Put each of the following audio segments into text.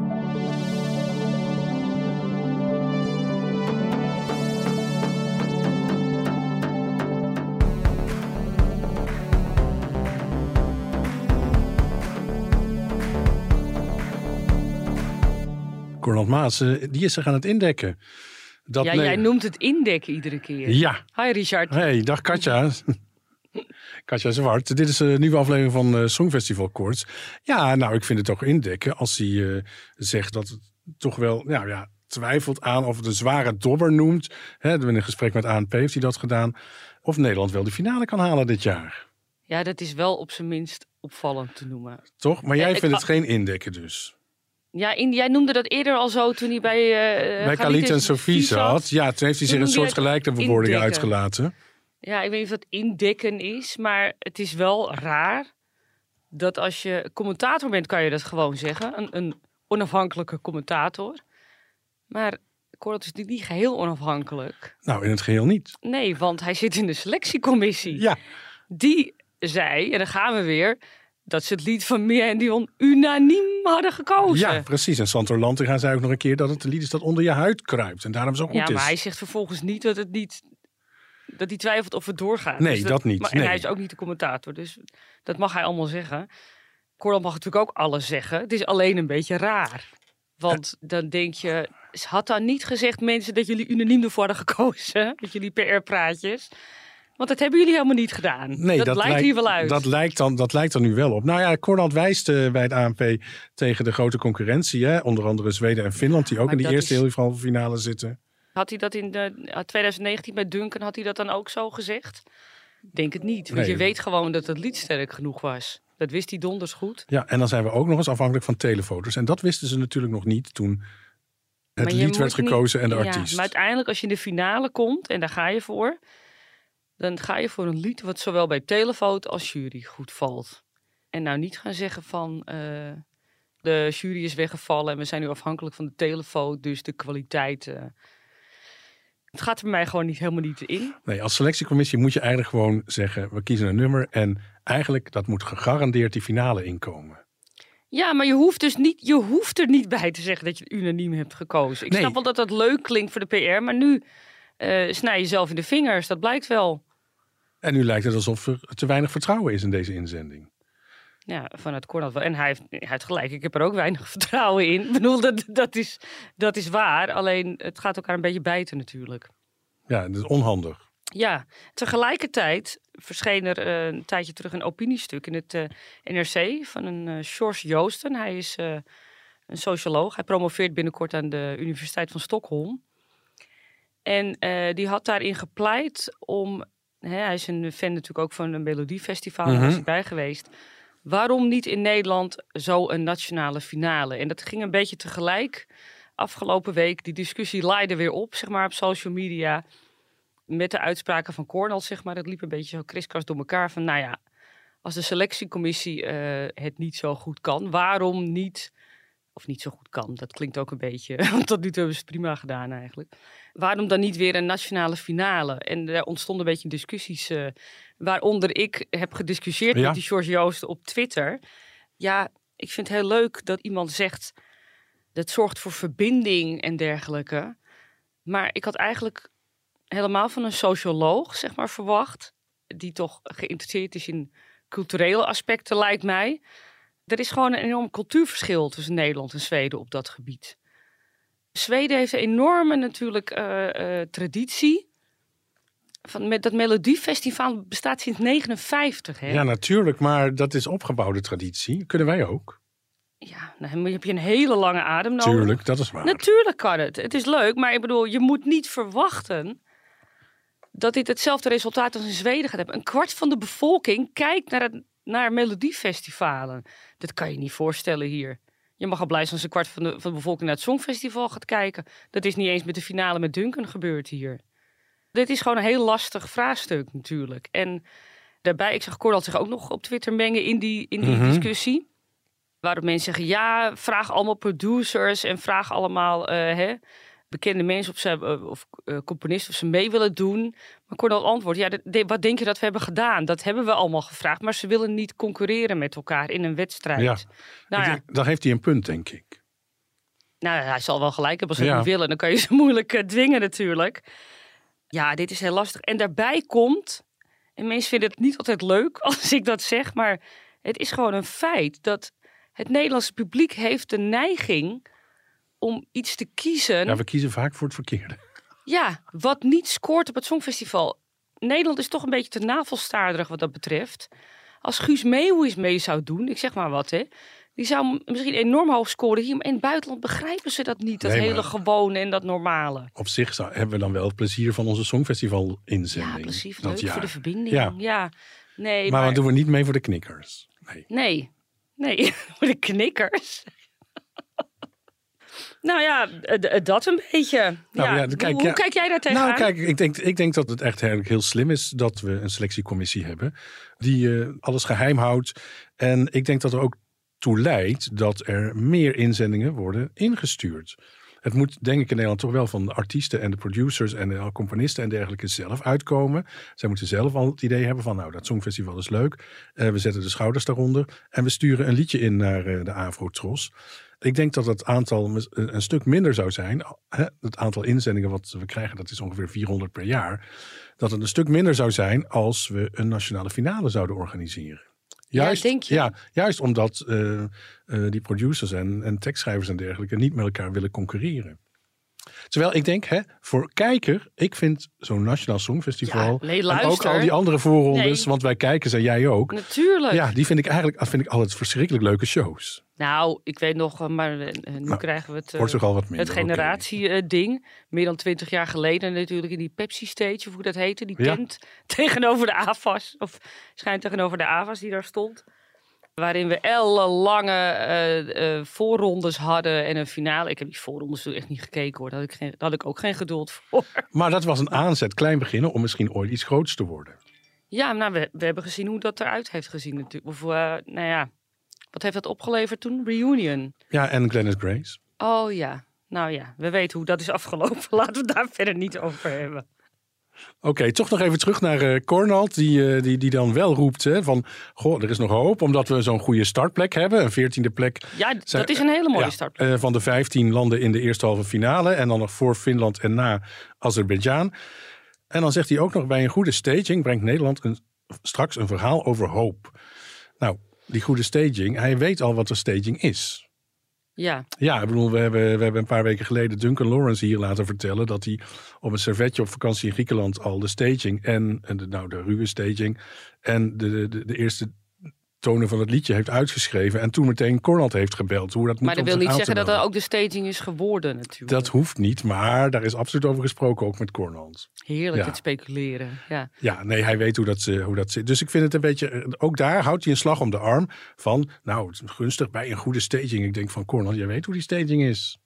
Cornald Maas, die is zich aan het indekken. Jij noemt het indekken iedere keer. Ja. Hi Richard. Hey, dag Katja. Katja Zwart. Dit is een nieuwe aflevering van Songfestival Koorts. Ja, nou, ik vind het toch indekken als hij zegt dat het toch wel twijfelt aan of het een zware dobber noemt. In een gesprek met ANP heeft hij dat gedaan. Of Nederland wel de finale kan halen dit jaar. Ja, dat is wel op zijn minst opvallend te noemen. Toch? Maar jij vindt het geen indekken dus? Ja, jij noemde dat eerder al zo toen hij bij Khalid en Sophie zat. Ja, toen heeft hij zich een soort gelijke bewoordingen uitgelaten. Ja, ik weet niet of dat indekken is, maar het is wel raar dat als je commentator bent, kan je dat gewoon zeggen. Een onafhankelijke commentator. Maar Cornald is natuurlijk niet geheel onafhankelijk. Nou, in het geheel niet. Nee, want hij zit in de selectiecommissie. Ja. Die zei, en dan gaan we weer, dat ze het lied van Mia en Dion unaniem hadden gekozen. Ja, precies. En Santor Lantinga zei ook nog een keer dat het een lied is dat onder je huid kruipt. En daarom zo goed is. Ja, maar hij zegt vervolgens niet dat hij twijfelt of het doorgaat. Nee, dus dat niet. Maar, en hij is ook niet de commentator, dus dat mag hij allemaal zeggen. Cornald mag natuurlijk ook alles zeggen. Het is alleen een beetje raar. Want dan denk je, had dan niet gezegd mensen dat jullie unaniem ervoor hadden gekozen? Met jullie PR-praatjes. Want dat hebben jullie helemaal niet gedaan. Nee, dat lijkt hier wel uit. Dat lijkt er nu wel op. Nou ja, Cornald wijst bij het ANP tegen de grote concurrentie. Hè? Onder andere Zweden en Finland, die ook in de eerste halve finale zitten. Had hij dat in 2019 bij Duncan, had hij dat dan ook zo gezegd? Denk het niet. Want je weet gewoon dat het lied sterk genoeg was. Dat wist hij donders goed. Ja, en dan zijn we ook nog eens afhankelijk van telefoto's. En dat wisten ze natuurlijk nog niet toen het lied werd gekozen en de artiest. Maar uiteindelijk als je in de finale komt, en daar ga je voor, dan ga je voor een lied wat zowel bij telefoto als jury goed valt. En nou niet gaan zeggen van de jury is weggevallen en we zijn nu afhankelijk van de telefoto, dus de kwaliteit. Het gaat er bij mij gewoon helemaal niet in. Nee, als selectiecommissie moet je eigenlijk gewoon zeggen, we kiezen een nummer en eigenlijk dat moet gegarandeerd die finale inkomen. Ja, maar je hoeft er niet bij te zeggen dat je het unaniem hebt gekozen. Ik snap wel dat dat leuk klinkt voor de PR, maar nu snij je zelf in de vingers, dat blijkt wel. En nu lijkt het alsof er te weinig vertrouwen is in deze inzending. Ja, vanuit Cornald wel. En hij heeft gelijk, ik heb er ook weinig vertrouwen in. Ik bedoel, dat is waar, alleen het gaat elkaar een beetje bijten natuurlijk. Ja, dat is onhandig. Ja, tegelijkertijd verscheen er een tijdje terug een opiniestuk in het NRC van een George Joosten. Hij is een socioloog. Hij promoveert binnenkort aan de Universiteit van Stockholm. En die had daarin gepleit om, hij is een fan natuurlijk ook van een Melodiefestival, daar was hij bij geweest. Waarom niet in Nederland zo een nationale finale? En dat ging een beetje tegelijk. Afgelopen week, die discussie laaide weer op, zeg maar, op social media. Met de uitspraken van Cornald, zeg maar. Het liep een beetje zo kriskras door elkaar. Van, nou ja, als de selectiecommissie het niet zo goed kan, waarom niet... Of niet zo goed kan, dat klinkt ook een beetje... Want tot nu toe hebben ze het prima gedaan eigenlijk. Waarom dan niet weer een nationale finale? En er ontstonden een beetje discussies... waaronder ik heb gediscussieerd met die George Joosten op Twitter. Ja, ik vind het heel leuk dat iemand zegt... dat zorgt voor verbinding en dergelijke. Maar ik had eigenlijk helemaal van een socioloog, zeg maar, verwacht... die toch geïnteresseerd is in culturele aspecten, lijkt mij... Er is gewoon een enorm cultuurverschil tussen Nederland en Zweden op dat gebied. Zweden heeft een enorme natuurlijk traditie. Met dat Melodiefestival bestaat sinds 1959. Hè? Ja, natuurlijk, maar dat is opgebouwde traditie. Kunnen wij ook. Ja, dan heb je een hele lange adem nodig. Tuurlijk, dat is waar. Natuurlijk kan het. Het is leuk, maar ik bedoel, je moet niet verwachten dat dit hetzelfde resultaat als in Zweden gaat hebben. Een kwart van de bevolking kijkt naar Melodiefestivalen. Dat kan je niet voorstellen hier. Je mag al blij zijn als een kwart van de bevolking naar het Songfestival gaat kijken. Dat is niet eens met de finale met Duncan gebeurd hier. Dit is gewoon een heel lastig vraagstuk natuurlijk. En daarbij, ik zag Cornald zich ook nog op Twitter mengen in die discussie. Waarop mensen zeggen, ja, vraag allemaal producers en vraag allemaal bekende mensen of componisten of ze mee willen doen. Maar Cornald antwoordt, wat denk je dat we hebben gedaan? Dat hebben we allemaal gevraagd, maar ze willen niet concurreren met elkaar in een wedstrijd. Ja, dan heeft hij een punt, denk ik. Nou, hij zal wel gelijk hebben als ze niet willen. Dan kan je ze moeilijk dwingen natuurlijk. Ja, dit is heel lastig. En daarbij komt, en mensen vinden het niet altijd leuk als ik dat zeg, maar het is gewoon een feit dat het Nederlandse publiek heeft de neiging om iets te kiezen. Ja, we kiezen vaak voor het verkeerde. Ja, wat niet scoort op het Songfestival. Nederland is toch een beetje te navelstaarderig wat dat betreft. Als Guus Meeuwis mee zou doen, ik zeg maar wat, hè. Die zou misschien enorm hoog scoren hier. Maar in het buitenland begrijpen ze dat niet. Dat hele gewone en dat normale. Op zich hebben we dan wel het plezier van onze Songfestival-inzending. Ja, precies. Leuk voor de verbinding. Ja. Nee, maar doen we niet mee voor de knikkers. Nee, voor de knikkers. Nou ja, dat een beetje. Hoe kijk jij daar tegenaan? Nou, kijk, ik denk dat het echt heel slim is dat we een selectiecommissie hebben die alles geheim houdt. En ik denk dat er ook toe leidt dat er meer inzendingen worden ingestuurd. Het moet, denk ik, in Nederland toch wel van de artiesten en de producers en de componisten en dergelijke zelf uitkomen. Zij moeten zelf al het idee hebben van, nou, dat Songfestival is leuk. We zetten de schouders daaronder en we sturen een liedje in naar de Afro-Tros. Ik denk dat het aantal een stuk minder zou zijn. Het aantal inzendingen wat we krijgen, dat is ongeveer 400 per jaar. Dat het een stuk minder zou zijn als we een nationale finale zouden organiseren. Juist, denk je? Juist omdat die producers en tekstschrijvers en dergelijke niet met elkaar willen concurreren. Terwijl ik denk, voor kijker, ik vind zo'n Nationaal Songfestival en ook al die andere voorrondes, want wij kijken en jij ook. Natuurlijk. Ja, die vind ik altijd verschrikkelijk leuke shows. Nou, ik weet nog, maar nu krijgen we het generatie-ding. Meer dan 20 jaar geleden natuurlijk in die Pepsi-stage, of hoe dat heette. Die tent tegenover de AFAS, of schijnt tegenover de AFAS die daar stond. Waarin we ellenlange voorrondes hadden en een finale. Ik heb die voorrondes toen echt niet gekeken hoor. Daar had ik ook geen geduld voor. Maar dat was een aanzet, klein beginnen, om misschien ooit iets groots te worden. Ja, nou, we hebben gezien hoe dat eruit heeft gezien natuurlijk. Of, wat heeft dat opgeleverd toen? Reunion. Ja, en Glennis Grace. Oh ja, nou ja, we weten hoe dat is afgelopen. Laten we het daar verder niet over hebben. Oké, toch nog even terug naar Cornald, die dan wel roept van, goh, er is nog hoop, omdat we zo'n goede startplek hebben, een 14e plek. Ja, dat is een hele mooie startplek. Van de 15 landen in de eerste halve finale en dan nog voor Finland en na Azerbeidzjan. En dan zegt hij ook nog, bij een goede staging brengt Nederland straks een verhaal over hoop. Nou, die goede staging, hij weet al wat de staging is. Ja, ik bedoel, we hebben een paar weken geleden Duncan Lawrence hier laten vertellen dat hij op een servetje op vakantie in Griekenland al de staging en de ruwe staging en de eerste tonen van het liedje heeft uitgeschreven en toen meteen Cornald heeft gebeld. Hoe dat moet. Maar dat wil niet zeggen dat dat ook de staging is geworden natuurlijk. Dat hoeft niet, maar daar is absoluut over gesproken, ook met Cornald. Heerlijk het speculeren. Ja, nee, hij weet hoe dat zit. Dus ik vind het een beetje, ook daar houdt hij een slag om de arm van, nou, het is gunstig bij een goede staging. Ik denk van Cornald, jij weet hoe die staging is.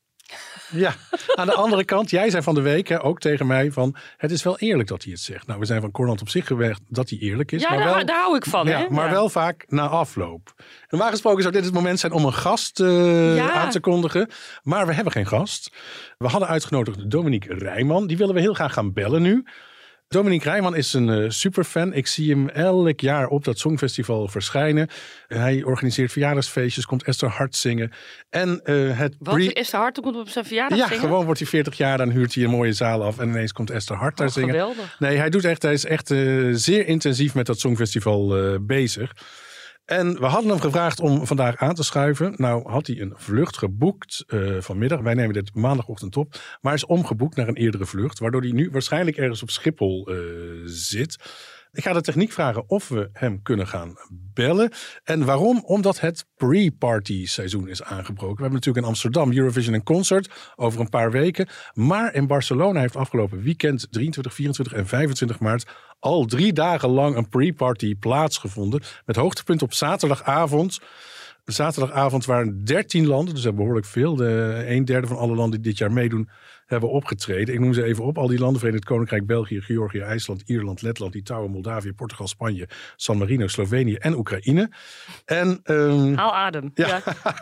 Ja, aan de andere kant, jij zei van de week ook tegen mij van, het is wel eerlijk dat hij het zegt. Nou, we zijn van Cornald op zich geweest dat hij eerlijk is. Ja, maar daar hou ik van. Ja, hè? Maar wel vaak na afloop. Normaal gesproken zou dit het moment zijn om een gast aan te kondigen. Maar we hebben geen gast. We hadden uitgenodigd Dominique Rijman. Die willen we heel graag gaan bellen nu. Dominique Rijman is een superfan. Ik zie hem elk jaar op dat Songfestival verschijnen. Hij organiseert verjaardagsfeestjes, komt Esther Hart zingen. En Esther Hart komt op zijn verjaardag zingen? Ja, gewoon wordt hij 40 jaar, dan huurt hij een mooie zaal af en ineens komt Esther Hart daar zingen. Geweldig. Nee, hij is echt zeer intensief met dat Songfestival bezig. En we hadden hem gevraagd om vandaag aan te schuiven. Nou had hij een vlucht geboekt vanmiddag. Wij nemen dit maandagochtend op. Maar hij is omgeboekt naar een eerdere vlucht. Waardoor hij nu waarschijnlijk ergens op Schiphol zit. Ik ga de techniek vragen of we hem kunnen gaan bellen. En waarom? Omdat het pre-party seizoen is aangebroken. We hebben natuurlijk in Amsterdam Eurovision en Concert over een paar weken. Maar in Barcelona heeft afgelopen weekend 23, 24 en 25 maart... al 3 dagen lang een pre-party plaatsgevonden. Met hoogtepunt op zaterdagavond. Zaterdagavond waren 13 landen, dus behoorlijk veel. 1/3 van alle landen die dit jaar meedoen hebben opgetreden. Ik noem ze even op. Al die landen: Verenigd Koninkrijk, België, Georgië, IJsland, Ierland, Letland, Litouwen, Moldavië, Portugal, Spanje, San Marino, Slovenië en Oekraïne. En, haal adem. Ja.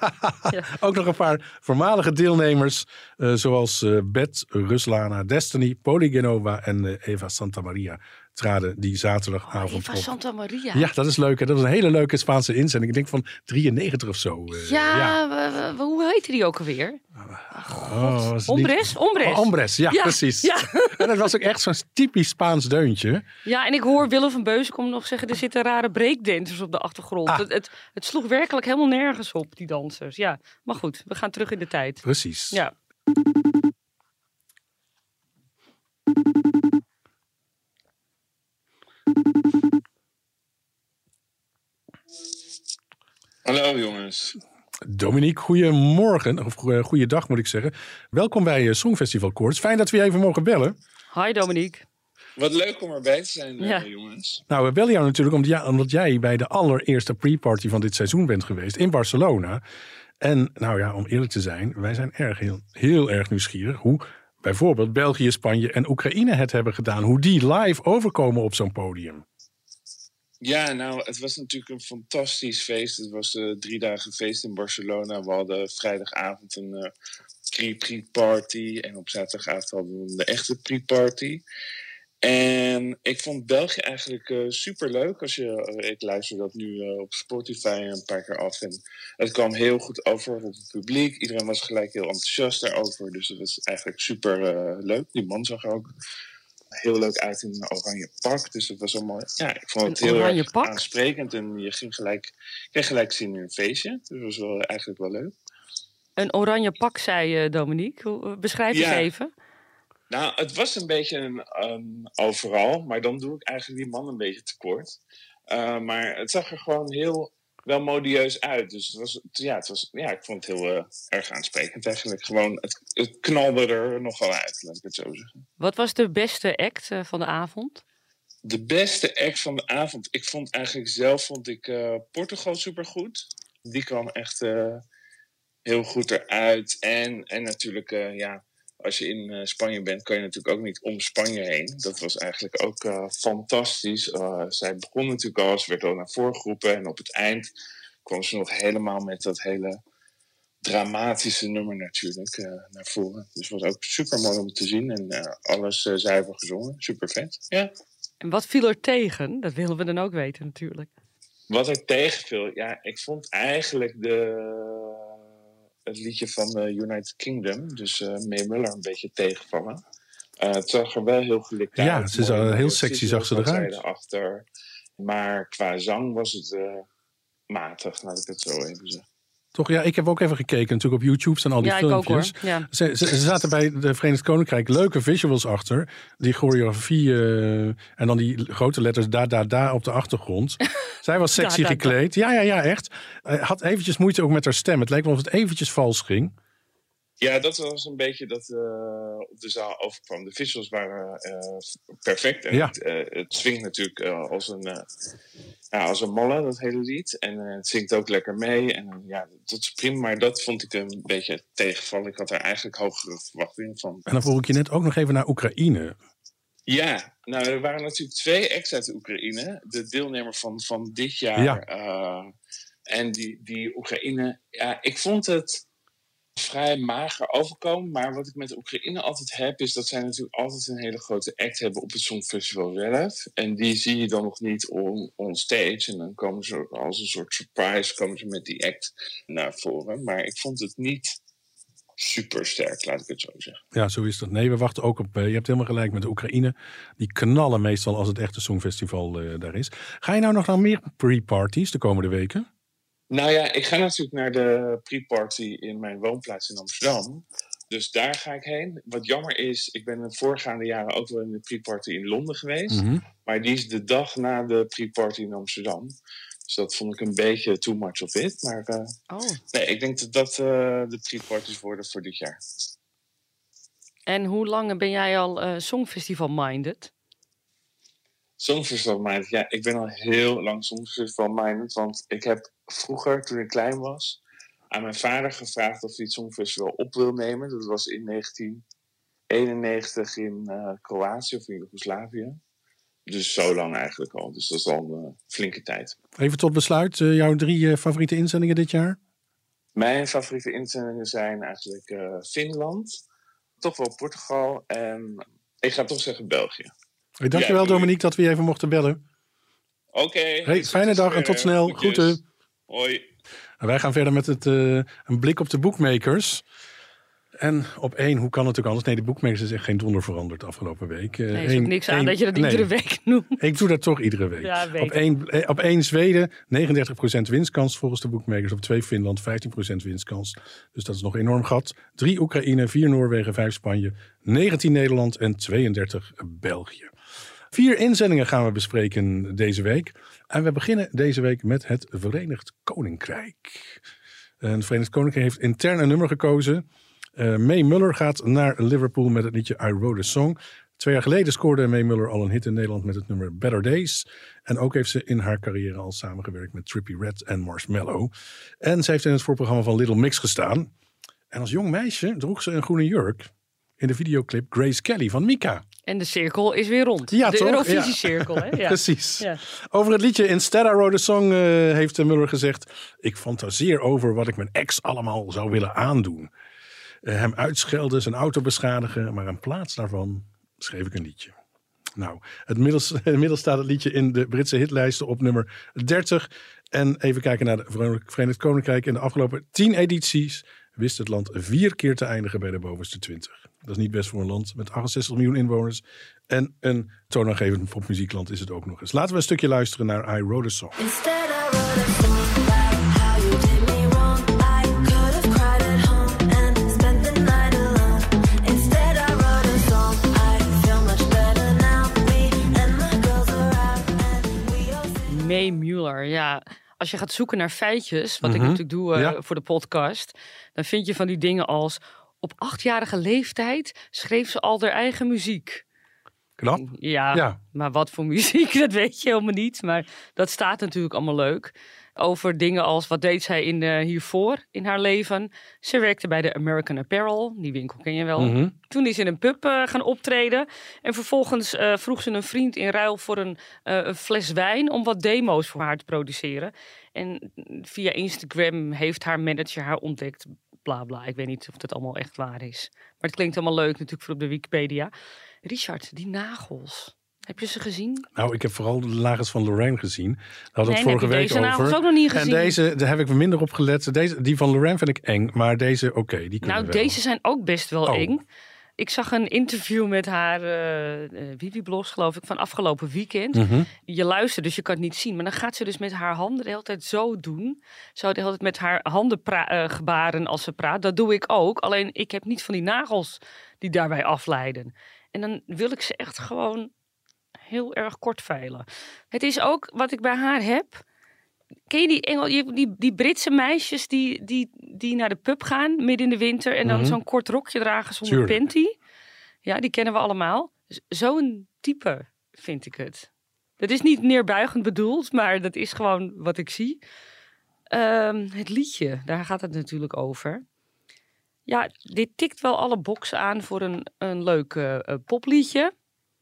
Ook nog een paar voormalige deelnemers. Zoals Bet, Ruslana, Destiny, Poli Genova en Eva Santamaria traden die zaterdagavond Eva op. Santa Maria. Ja, dat is leuk. Hè? Dat was een hele leuke Spaanse inzending. Ik denk van 93 of zo. Hoe heette die ook alweer? Was het niet- Ombres? Ombres, ja, precies. Ja. En dat was ook echt zo'n typisch Spaans deuntje. Ja, en ik hoor Willem van Beuzenkom nog zeggen... er zitten rare breakdancers op de achtergrond. Het sloeg werkelijk helemaal nergens op, die dansers. Ja, maar goed, we gaan terug in de tijd. Precies. Ja. Hallo jongens. Dominique, goedemorgen. Of goeiedag moet ik zeggen. Welkom bij Songfestival Koorts. Fijn dat we je even mogen bellen. Hi Dominique. Wat leuk om erbij te zijn, jongens. Nou, we bellen jou natuurlijk omdat jij bij de allereerste pre-party van dit seizoen bent geweest in Barcelona. En nou ja, om eerlijk te zijn, wij zijn heel erg nieuwsgierig hoe bijvoorbeeld België, Spanje en Oekraïne het hebben gedaan. Hoe die live overkomen op zo'n podium. Ja, nou, het was natuurlijk een fantastisch feest. Het was 3 dagen feest in Barcelona. We hadden vrijdagavond een pre-party. En op zaterdagavond hadden we de echte pre-party. En ik vond België eigenlijk superleuk. Ik luister dat nu op Spotify een paar keer af. En het kwam heel goed over op het publiek. Iedereen was gelijk heel enthousiast daarover. Dus het was eigenlijk super leuk. Die man zag er ook heel leuk uit in een oranje pak. Dus dat was allemaal... Ja, ik vond het heel erg aansprekend. En je kreeg gelijk zin in een feestje. Dus dat was eigenlijk wel leuk. Een oranje pak, zei Dominique. Beschrijf eens even. Nou, het was een beetje een overal. Maar dan doe ik eigenlijk die man een beetje tekort. Maar het zag er gewoon heel wel modieus uit. Dus ik vond het heel erg aansprekend eigenlijk. Gewoon, het knalde er nogal uit, laat ik het zo zeggen. Wat was de beste act van de avond? De beste act van de avond? Ik vond eigenlijk zelf Portugal supergoed. Die kwam echt heel goed eruit. En natuurlijk, als je in Spanje bent, kan je natuurlijk ook niet om Spanje heen. Dat was eigenlijk ook fantastisch. Zij begon natuurlijk al, ze werd al naar voren geroepen. En op het eind kwam ze nog helemaal met dat hele dramatische nummer natuurlijk naar voren. Dus het was ook super mooi om te zien. En alles zuiver gezongen. Super vet. Ja. En wat viel er tegen? Dat willen we dan ook weten natuurlijk. Wat er tegenviel? Ja, ik vond eigenlijk het liedje van United Kingdom, dus Mae Muller, een beetje tegenvallen. Het zag er wel heel gelikt uit. Ja, ze is heel sexy, zag ze eruit. Erachter. Maar qua zang was het matig, laat ik het zo even zeggen. Toch, ja, ik heb ook even gekeken. Natuurlijk op YouTube staan al die filmpjes. Ik ook, hoor. Ja. Ze zaten bij de Verenigd Koninkrijk leuke visuals achter. Die choreografie en dan die grote letters da op de achtergrond. Zij was sexy gekleed. Ja, echt. Had eventjes moeite ook met haar stem. Het leek wel of het eventjes vals ging. Ja, dat was een beetje dat op de zaal overkwam. De visuals waren perfect. En het swingt natuurlijk als een malle, dat hele lied. En het zingt ook lekker mee. En dat is prima. Maar dat vond ik een beetje tegenvallen. Ik had er eigenlijk hogere verwachtingen van. En dan vroeg ik je net ook nog even naar Oekraïne. Ja, nou, er waren natuurlijk 2 acts uit de Oekraïne. De deelnemer van dit jaar. Ja. En die Oekraïne, ik vond het vrij mager overkomen. Maar wat ik met de Oekraïne altijd heb, is dat zij natuurlijk altijd een hele grote act hebben op het Songfestival zelf. En die zie je dan nog niet on stage. En dan komen ze als een soort surprise met die act naar voren. Maar ik vond het niet super sterk, laat ik het zo zeggen. Ja, zo is dat. Nee, we wachten ook op... je hebt helemaal gelijk met de Oekraïne. Die knallen meestal als het echte Songfestival daar is. Ga je nou nog naar meer pre-parties de komende weken? Nou ja, ik ga natuurlijk naar de pre-party in mijn woonplaats in Amsterdam. Dus daar ga ik heen. Wat jammer is, ik ben de voorgaande jaren ook wel in de pre-party in Londen geweest. Mm-hmm. Maar die is de dag na de pre-party in Amsterdam. Dus dat vond ik een beetje too much of it. Maar nee, ik denk dat de pre-parties worden voor dit jaar. En hoe lang ben jij al Songfestival-minded? Songfestival-minded? Ja, ik ben al heel lang Songfestival-minded. Want ik heb vroeger, toen ik klein was, aan mijn vader gevraagd of hij het Songfestival op wil nemen. Dat was in 1991 in Kroatië of in Joegoslavië. Dus zo lang eigenlijk al. Dus dat is al een flinke tijd. Even tot besluit, jouw 3 favoriete inzendingen dit jaar? Mijn favoriete inzendingen zijn eigenlijk Finland, toch wel Portugal en ik ga toch zeggen België. Dankjewel Dominique dat we je even mochten bellen. Oké. Hey, fijne dag en tot snel. Groeten. Hoi. En wij gaan verder met een blik op de bookmakers. En op 1, hoe kan het ook anders? Nee, de bookmakers is echt geen donder veranderd afgelopen week. Nee, er is ook niks aan dat je dat iedere week noemt. Ik doe dat toch iedere week. Ja, op 1 Zweden, 39% winstkans volgens de bookmakers. Op 2 Finland, 15% winstkans. Dus dat is nog een enorm gat. 3 Oekraïne, 4 Noorwegen, 5 Spanje, 19 Nederland en 32 België. 4 inzendingen gaan we bespreken deze week. En we beginnen deze week met het Verenigd Koninkrijk. Het Verenigd Koninkrijk heeft intern een nummer gekozen. Mae Muller gaat naar Liverpool met het liedje I Wrote a Song. 2 jaar geleden scoorde Mae Muller al een hit in Nederland met het nummer Better Days. En ook heeft ze in haar carrière al samengewerkt met Trippie Redd en Marshmello. En ze heeft in het voorprogramma van Little Mix gestaan. En als jong meisje droeg ze een groene jurk in de videoclip Grace Kelly van Mika. En de cirkel is weer rond. Ja, de toch? Eurovisie-cirkel. Hè? Ja. Precies. Ja. Over het liedje Instead I Wrote a Song heeft Muller gezegd: ik fantaseer over wat ik mijn ex allemaal zou willen aandoen. Hem uitschelden, zijn auto beschadigen, maar in plaats daarvan schreef ik een liedje. Nou, inmiddels staat het liedje in de Britse hitlijsten op nummer 30. En even kijken naar de Verenigd Koninkrijk. In de afgelopen 10 edities wist het land 4 keer te eindigen bij de bovenste 20. Dat is niet best voor een land met 68 miljoen inwoners. En een toonaangevend popmuziekland is het ook nog eens. Laten we een stukje luisteren naar I Wrote a Song. Instead I wrote a song about how you did me wrong. I could have cried at home and spent the night alone. Instead I wrote a song. I feel much better now. Me and my girls are out and we all sing. Mae Muller, ja. Als je gaat zoeken naar feitjes, wat ik natuurlijk doe voor de podcast, dan vind je van die dingen als: op 8-jarige leeftijd schreef ze al haar eigen muziek. Knap. Ja, maar wat voor muziek, dat weet je helemaal niet. Maar dat staat natuurlijk allemaal leuk. Over dingen als, wat deed zij hiervoor in haar leven? Ze werkte bij de American Apparel, die winkel ken je wel. Toen is ze in een pub gaan optreden. En vervolgens vroeg ze een vriend in ruil voor een fles wijn om wat demo's voor haar te produceren. En via Instagram heeft haar manager haar ontdekt. Bla bla, ik weet niet of dat allemaal echt waar is. Maar het klinkt allemaal leuk natuurlijk voor op de Wikipedia. Richard, die nagels. Heb je ze gezien? Nou, ik heb vooral de nagels van Lorraine gezien. Daar hadden we het vorige week deze over. nagels ook nog niet gezien. En deze, daar heb ik minder op gelet. Die van Lorraine vind ik eng, maar deze oké, die kunnen Nou, wel. deze zijn ook best wel eng. Ik zag een interview met haar Wiwi-blogs, geloof ik, van afgelopen weekend. Je luistert, dus je kan het niet zien. Maar dan gaat ze dus met haar handen de hele tijd zo doen. Zo de hele tijd met haar handen gebaren als ze praat. Dat doe ik ook. Alleen ik heb niet van die nagels die daarbij afleiden. En dan wil ik ze echt gewoon heel erg kort veilen. Het is ook wat ik bij haar heb. Ken je die Britse meisjes die naar de pub gaan midden in de winter en dan zo'n kort rokje dragen zonder panty? Ja, die kennen we allemaal. Zo'n type vind ik het. Dat is niet neerbuigend bedoeld, maar dat is gewoon wat ik zie. Het liedje, daar gaat het natuurlijk over. Ja, dit tikt wel alle boxen aan voor een leuk popliedje.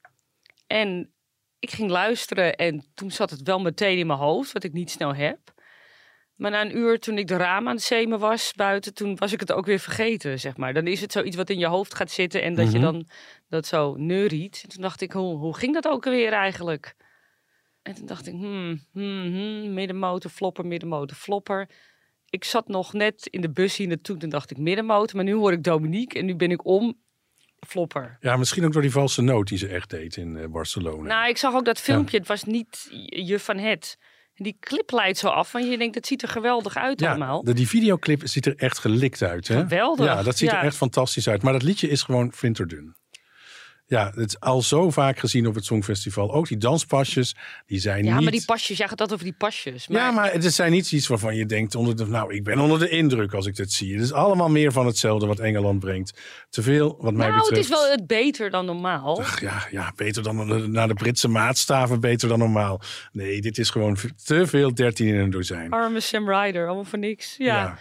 En ik ging luisteren en toen zat het wel meteen in mijn hoofd, wat ik niet snel heb. Maar na een uur, toen ik de ramen aan het zemen was buiten, toen was ik het ook weer vergeten, zeg maar. Dan is het zoiets wat in je hoofd gaat zitten en dat je dan dat zo neuriet. En toen dacht ik, hoe ging dat ook weer eigenlijk? En toen dacht ik, middenmotor, flopper. Ik zat nog net in de bus hier naartoe, toen dacht ik middenmotor. Maar nu hoor ik Dominique en nu ben ik flopper. Ja, misschien ook door die valse noot die ze echt deed in Barcelona. Nou, ik zag ook dat filmpje. Het was niet je van het. Die clip leidt zo af. Want je denkt, het ziet er geweldig uit allemaal. Die videoclip ziet er echt gelikt uit. Hè? Geweldig. Ja, dat ziet er echt fantastisch uit. Maar dat liedje is gewoon flinterdun. Ja, het is al zo vaak gezien op het Songfestival. Ook die danspasjes, die zijn niet... Ja, maar die pasjes, jij gaat over die pasjes. Maar... Ja, maar het zijn niet iets waarvan je denkt... ik ben onder de indruk als ik dit zie. Het is allemaal meer van hetzelfde wat Engeland brengt. Te veel, wat mij betreft... het is wel het beter dan normaal. Ach, ja, beter dan naar de Britse maatstaven, beter dan normaal. Nee, dit is gewoon te veel 13 in een dozijn. Arme Sam Ryder, allemaal voor niks.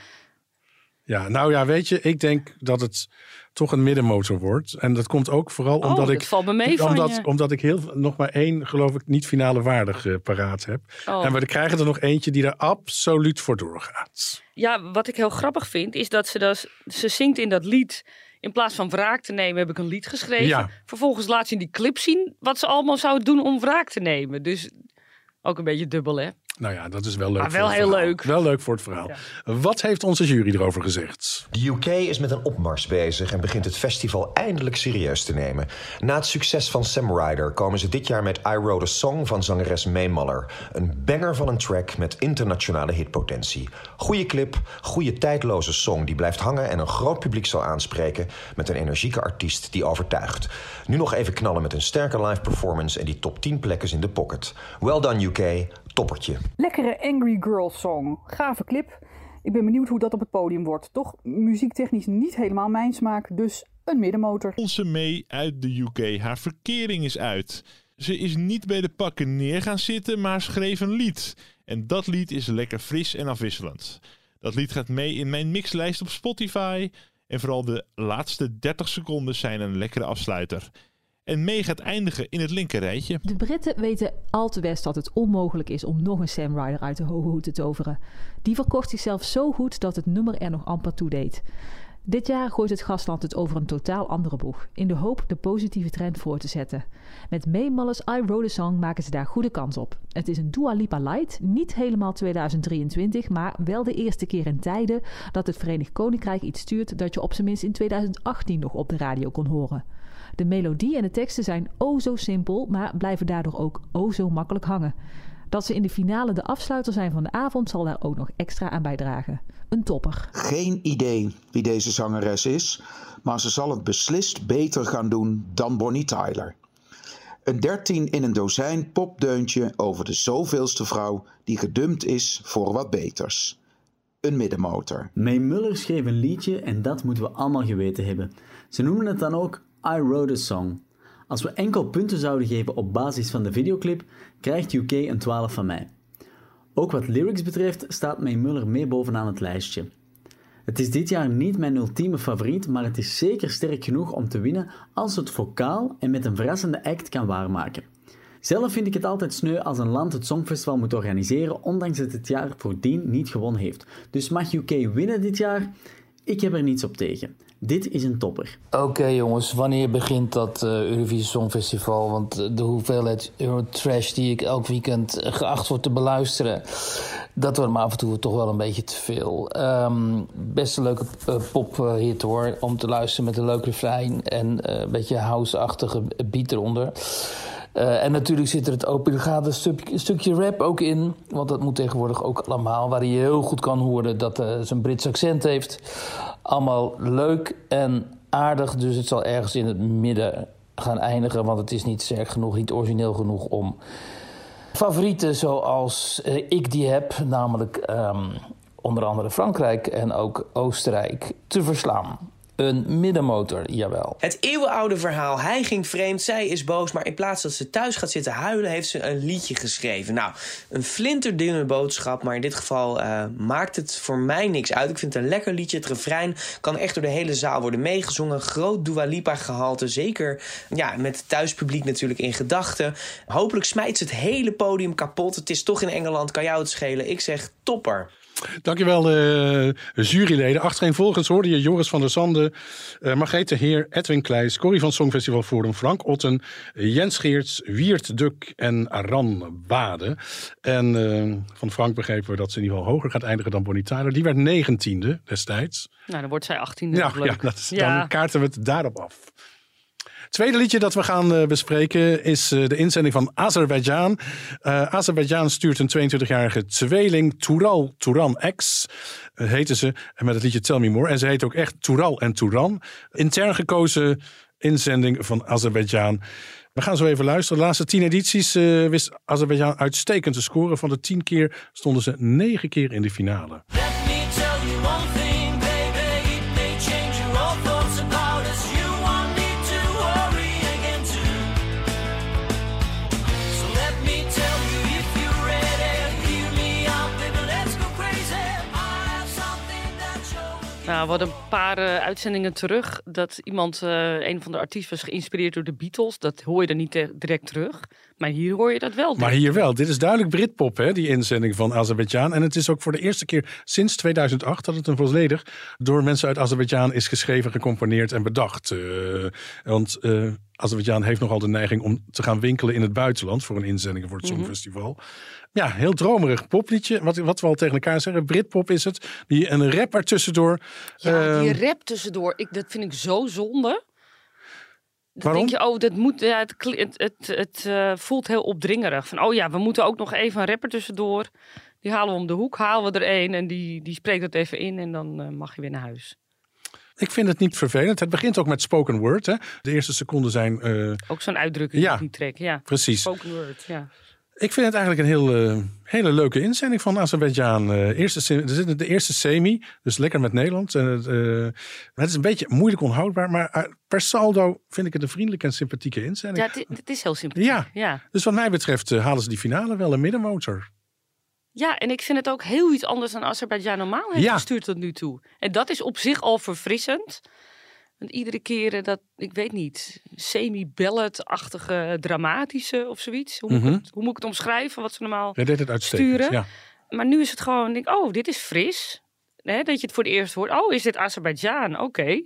Ja, nou ja, weet je, ik denk dat het toch een middenmotor wordt. En dat komt ook vooral omdat ik... valt me mee omdat ik nog maar 1, geloof ik, niet finale waardig paraat heb. En we krijgen er nog eentje die er absoluut voor doorgaat. Ja, wat ik heel grappig vind, is dat ze zingt in dat lied In plaats van wraak te nemen heb ik een lied geschreven. Ja. Vervolgens laat ze in die clip zien wat ze allemaal zouden doen om wraak te nemen. Dus ook een beetje dubbel, hè? Nou ja, dat is wel leuk. Maar voor wel het heel verhaal. leuk. Wel leuk voor het verhaal. Wat heeft onze jury erover gezegd? De UK is met een opmars bezig en begint het festival eindelijk serieus te nemen. Na het succes van Sam Ryder komen ze dit jaar met I Wrote a Song van zangeres Mae Muller. Een banger van een track met internationale hitpotentie. Goeie clip, goede tijdloze song die blijft hangen en een groot publiek zal aanspreken met een energieke artiest die overtuigt. Nu nog even knallen met een sterke live performance en die top 10 plekken in de pocket. Well done UK, toppertje. Lekkere Angry Girl song. Gave clip. Ik ben benieuwd hoe dat op het podium wordt. Toch muziektechnisch niet helemaal mijn smaak, dus een middenmotor. Onze May uit de UK. Haar verkering is uit. Ze is niet bij de pakken neer gaan zitten, maar schreef een lied. En dat lied is lekker fris en afwisselend. Dat lied gaat mee in mijn mixlijst op Spotify. En vooral de laatste 30 seconden zijn een lekkere afsluiter. En May gaat eindigen in het linker rijtje. De Britten weten al te best dat het onmogelijk is om nog een Sam Ryder uit de hoge hoed te toveren. Die verkocht zichzelf zo goed dat het nummer er nog amper toe deed. Dit jaar gooit het gastland het over een totaal andere boeg, in de hoop de positieve trend voor te zetten. Met Mae Muller's I Wrote a Song maken ze daar goede kans op. Het is een Dua Lipa light, niet helemaal 2023, maar wel de eerste keer in tijden dat het Verenigd Koninkrijk iets stuurt dat je op zijn minst in 2018 nog op de radio kon horen. De melodie en de teksten zijn zo simpel, maar blijven daardoor ook zo makkelijk hangen. Dat ze in de finale de afsluiter zijn van de avond zal daar ook nog extra aan bijdragen. Een topper. Geen idee wie deze zangeres is, maar ze zal het beslist beter gaan doen dan Bonnie Tyler. Een 13 in een dozijn popdeuntje over de zoveelste vrouw die gedumpt is voor wat beters. Een middenmotor. Mae Muller schreef een liedje en dat moeten we allemaal geweten hebben. Ze noemen het dan ook I Wrote a Song. Als we enkel punten zouden geven op basis van de videoclip, krijgt UK een 12 van mij. Ook wat lyrics betreft staat Mae Muller mee bovenaan het lijstje. Het is dit jaar niet mijn ultieme favoriet, maar het is zeker sterk genoeg om te winnen als het vocaal en met een verrassende act kan waarmaken. Zelf vind ik het altijd sneu als een land het Songfestival moet organiseren, ondanks dat het jaar voordien niet gewonnen heeft. Dus mag UK winnen dit jaar? Ik heb er niets op tegen. Dit is een topper. Oké, jongens, wanneer begint dat Eurovisie Songfestival? Want de hoeveelheid Eurotrash die ik elk weekend geacht word te beluisteren, dat wordt me af en toe toch wel een beetje te veel. Best een leuke pophit hoor, om te luisteren met een leuk refrein en een beetje house-achtige beat eronder. En natuurlijk zit er het obligate stukje rap ook in. Want dat moet tegenwoordig ook allemaal. Waar je heel goed kan horen dat ze een Brits accent heeft. Allemaal leuk en aardig. Dus het zal ergens in het midden gaan eindigen. Want het is niet sterk genoeg, niet origineel genoeg om favorieten zoals ik die heb. Namelijk onder andere Frankrijk en ook Oostenrijk te verslaan. Een middenmotor, jawel. Het eeuwenoude verhaal. Hij ging vreemd, zij is boos. Maar in plaats dat ze thuis gaat zitten huilen, heeft ze een liedje geschreven. Nou, een flinterdunne boodschap. Maar in dit geval maakt het voor mij niks uit. Ik vind het een lekker liedje. Het refrein kan echt door de hele zaal worden meegezongen. Groot Dua Lipa gehalte. Zeker met het thuispubliek natuurlijk in gedachten. Hopelijk smijt ze het hele podium kapot. Het is toch in Engeland, kan jou het schelen. Ik zeg topper. Dankjewel, juryleden. Achtereenvolgens hoorde je Joris van der Sande, Margrethe Heer, Edwin Kleijs, Corrie van Songfestival Forum, Frank Otten, Jens Geerts, Wiert Duk en Aran Wade. En van Frank begrepen we dat ze in ieder geval hoger gaat eindigen dan Bonnie Tyler. Die werd 19e destijds. Nou, dan wordt zij 18e. Dan kaarten we het daarop af. Het tweede liedje dat we gaan bespreken is de inzending van Azerbeidzjan. Azerbeidzjan stuurt een 22-jarige tweeling, Turan X, heten ze, met het liedje Tell Me More. En ze heet ook echt Tural en Turan. Intern gekozen inzending van Azerbeidzjan. We gaan zo even luisteren. De laatste 10 edities wist Azerbeidzjan uitstekend te scoren. Van de 10 keer stonden ze 9 keer in de finale. Nou, we hadden een paar uitzendingen terug dat iemand, een van de artiesten was geïnspireerd door de Beatles. Dat hoor je dan niet direct terug. Maar hier hoor je dat wel. Maar hier wel. Dit is duidelijk Britpop, hè, die inzending van Azerbeidzjan. En het is ook voor de eerste keer sinds 2008 dat het een volledig door mensen uit Azerbeidzjan is geschreven, gecomponeerd en bedacht. Want Azerbeidzjan heeft nogal de neiging om te gaan winkelen in het buitenland voor een inzending voor het Songfestival. Ja, heel dromerig popliedje. Wat we al tegen elkaar zeggen. Britpop is het. Die een rap ertussendoor. Ja, die rap tussendoor. Dat vind ik zo zonde. Dan Waarom? denk je, dat moet, ja, het voelt heel opdringerig. Van, we moeten ook nog even een rapper tussendoor. Die halen we om de hoek, halen we er een en die spreekt het even in en dan mag je weer naar huis. Ik vind het niet vervelend. Het begint ook met spoken word. Hè. De eerste seconden zijn... ook zo'n uitdrukking die ik niet trek. Ja, precies. Spoken word, ja. Ik vind het eigenlijk een hele leuke inzending van Azerbeidzjan. Er zit de eerste semi, dus lekker met Nederland. Het is een beetje moeilijk onhoudbaar, maar per saldo vind ik het een vriendelijke en sympathieke inzending. Ja, het is heel sympathiek. Ja. Dus wat mij betreft halen ze die finale wel een middenmotor. Ja, en ik vind het ook heel iets anders dan Azerbeidzjan normaal heeft gestuurd tot nu toe. En dat is op zich al verfrissend. Want iedere keer dat, ik weet niet, semi-ballad-achtige, dramatische of zoiets. Hoe moet ik het omschrijven, wat ze normaal deed het uitstekend, sturen. Ja. Maar nu is het gewoon, denk ik, dit is fris. Dat je het voor het eerst hoort. Is dit Azerbeidzjan? Oké.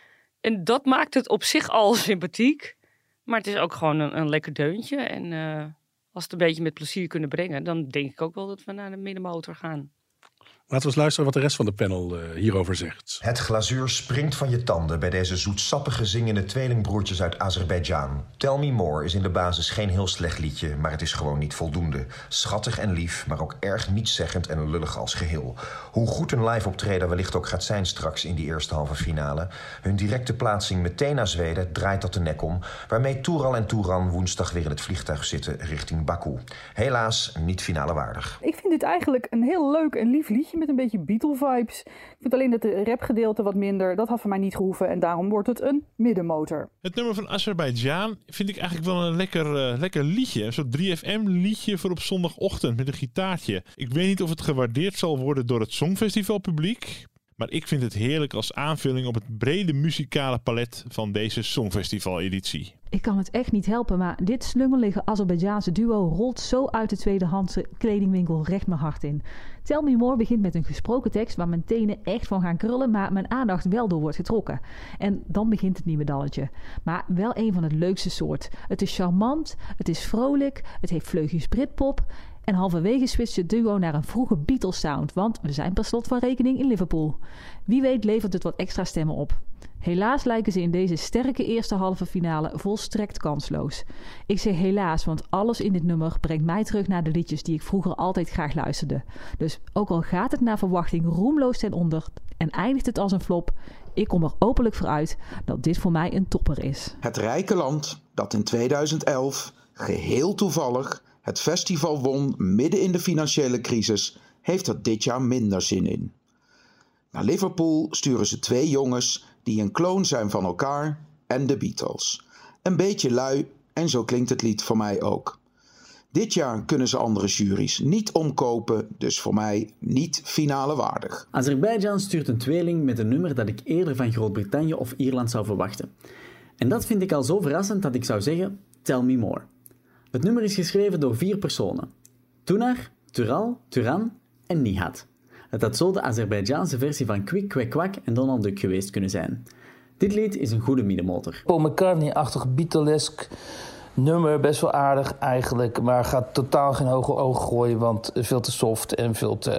En dat maakt het op zich al sympathiek. Maar het is ook gewoon een lekker deuntje. En als het een beetje met plezier kunnen brengen, dan denk ik ook wel dat we naar de middenmotor gaan. Laten we eens luisteren wat de rest van de panel hierover zegt. Het glazuur springt van je tanden bij deze zoetsappige zingende tweelingbroertjes uit Azerbeidzjan. Tell Me More is in de basis geen heel slecht liedje, maar het is gewoon niet voldoende. Schattig en lief, maar ook erg nietszeggend en lullig als geheel. Hoe goed een live optreden wellicht ook gaat zijn straks in die eerste halve finale. Hun directe plaatsing meteen naar Zweden draait dat de nek om, waarmee Tural en Turan woensdag weer in het vliegtuig zitten richting Baku. Helaas niet finale waardig. Ik vind dit eigenlijk een heel leuk en lief liedje met een beetje Beatle-vibes. Ik vind alleen dat de rapgedeelte wat minder. Dat had van mij niet gehoeven en daarom wordt het een middenmotor. Het nummer van Azerbeidzjan vind ik eigenlijk wel een lekker liedje. Een soort 3FM-liedje voor op zondagochtend met een gitaartje. Ik weet niet of het gewaardeerd zal worden door het Songfestivalpubliek. Maar ik vind het heerlijk als aanvulling op het brede muzikale palet van deze Songfestival-editie. Ik kan het echt niet helpen, maar dit slungelige Azerbeidzjaanse duo rolt zo uit de tweedehandse kledingwinkel recht mijn hart in. Tell Me More begint met een gesproken tekst waar mijn tenen echt van gaan krullen, maar mijn aandacht wel door wordt getrokken. En dan begint het nieuwe dalletje. Maar wel een van het leukste soort. Het is charmant, het is vrolijk, het heeft vleugjes Britpop. En halverwege switcht het duo naar een vroege Beatles sound, want we zijn per slot van rekening in Liverpool. Wie weet levert het wat extra stemmen op. Helaas lijken ze in deze sterke eerste halve finale volstrekt kansloos. Ik zeg helaas, want alles in dit nummer brengt mij terug naar de liedjes die ik vroeger altijd graag luisterde. Dus ook al gaat het naar verwachting roemloos ten onder en eindigt het als een flop, ik kom er openlijk voor uit dat dit voor mij een topper is. Het rijke land dat in 2011, geheel toevallig, het festival won midden in de financiële crisis, heeft er dit jaar minder zin in. Naar Liverpool sturen ze 2 jongens die een kloon zijn van elkaar en de Beatles. Een beetje lui en zo klinkt het lied voor mij ook. Dit jaar kunnen ze andere juries niet omkopen, dus voor mij niet finale waardig. Azerbeidzjan stuurt een tweeling met een nummer dat ik eerder van Groot-Brittannië of Ierland zou verwachten. En dat vind ik al zo verrassend dat ik zou zeggen, Tell Me More. Het nummer is geschreven door 4 personen. Tunar, Tural, Turan en Nihat. Het had zo de Azerbeidzjaanse versie van Kwik, Kwek, Kwak en Donald Duck geweest kunnen zijn. Dit lied is een goede middenmotor. Paul McCartney-achtig Beatlesk nummer, best wel aardig eigenlijk, maar gaat totaal geen hoge ogen gooien, want veel te soft en veel te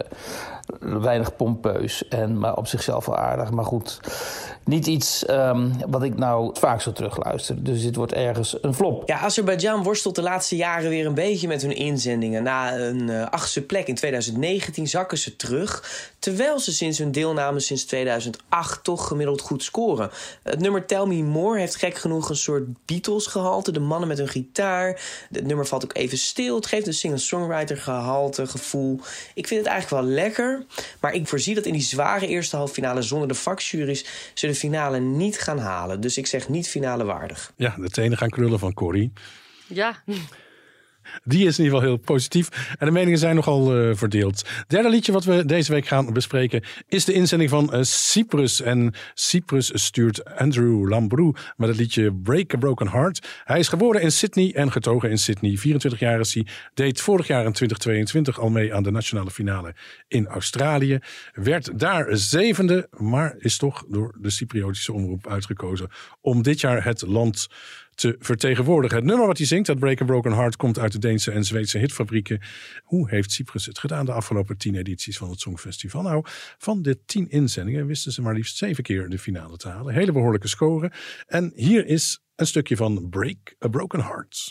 weinig pompeus. Maar op zichzelf wel aardig, maar goed. Niet iets wat ik nou vaak zo terugluister. Dus dit wordt ergens een flop. Ja, Azerbeidzjan worstelt de laatste jaren weer een beetje met hun inzendingen. Na een 8e plek in 2019 zakken ze terug. Terwijl ze sinds hun deelname sinds 2008 toch gemiddeld goed scoren. Het nummer Tell Me More heeft gek genoeg een soort Beatles gehalte. De mannen met hun gitaar. Het nummer valt ook even stil. Het geeft een singer-songwriter gehalte, gevoel. Ik vind het eigenlijk wel lekker. Maar ik voorzie dat in die zware eerste halve finale zonder de vakjuries ze de finale niet gaan halen. Dus ik zeg niet finale waardig. Ja, de tenen gaan krullen van Corrie. Ja. Die is in ieder geval heel positief. En de meningen zijn nogal verdeeld. Derde liedje wat we deze week gaan bespreken is de inzending van Cyprus. En Cyprus stuurt Andrew Lambrou met het liedje Break a Broken Heart. Hij is geboren in Sydney en getogen in Sydney. 24 jaar is hij. Deed vorig jaar in 2022 al mee aan de nationale finale in Australië. Werd daar 7e, maar is toch door de Cypriotische omroep uitgekozen om dit jaar het land te vertegenwoordigen. Het nummer wat hij zingt, dat Break a Broken Heart, komt uit de Deense en Zweedse hitfabrieken. Hoe heeft Cyprus het gedaan de afgelopen 10 edities van het Songfestival? Nou, van de 10 inzendingen wisten ze maar liefst 7 keer de finale te halen. Hele behoorlijke score. En hier is een stukje van Break a Broken Heart.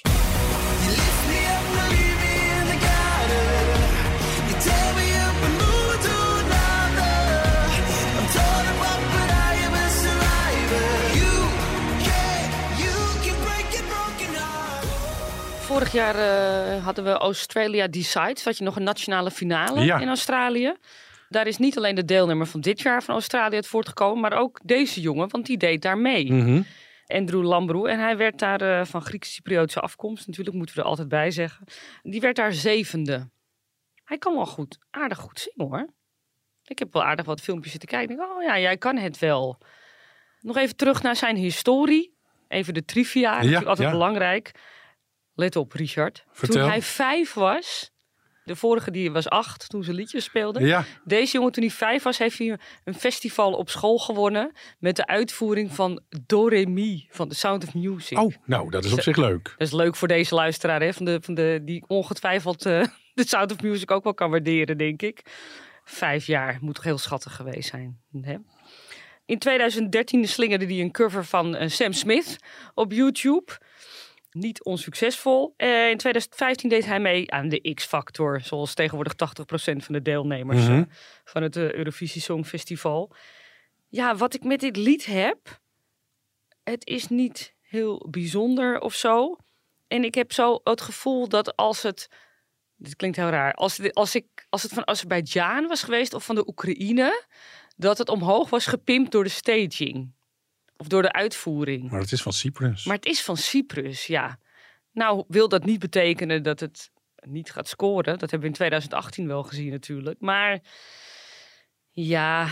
Vorig jaar hadden we Australia Decides. Had je nog een nationale finale in Australië. Daar is niet alleen de deelnemer van dit jaar van Australië uit voortgekomen, maar ook deze jongen, want die deed daar mee. Mm-hmm. Andrew Lambrou. En hij werd daar van Grieks-Cypriotische afkomst. Natuurlijk moeten we er altijd bij zeggen. Die werd daar 7e. Hij kan wel aardig goed zingen hoor. Ik heb wel aardig wat filmpjes zitten kijken. Ik denk, oh ja, jij kan het wel. Nog even terug naar zijn historie. Even de trivia. Dat is natuurlijk altijd belangrijk. Let op, Richard. Vertel. Toen hij 5 was, de vorige die was 8 toen ze liedjes speelden. Ja. Deze jongen, toen hij 5 was, heeft hij een festival op school gewonnen met de uitvoering van Do Re Mi van The Sound of Music. Oh, nou, dat is op zich leuk. Dat is leuk voor deze luisteraar, hè, die ongetwijfeld The Sound of Music ook wel kan waarderen, denk ik. 5 jaar, moet toch heel schattig geweest zijn. Hè? In 2013 slingerde hij een cover van Sam Smith op YouTube. Niet onsuccesvol. In 2015 deed hij mee aan de X-Factor. Zoals tegenwoordig 80% van de deelnemers van het Eurovisie Songfestival. Ja, wat ik met dit lied heb, het is niet heel bijzonder of zo. En ik heb zo het gevoel dat als het... Dit klinkt heel raar. Als het van Azerbeidzjan was geweest of van de Oekraïne, dat het omhoog was gepimpt door de staging. Of door de uitvoering. Maar het is van Cyprus. Maar het is van Cyprus, ja. Nou wil dat niet betekenen dat het niet gaat scoren. Dat hebben we in 2018 wel gezien natuurlijk. Maar ja,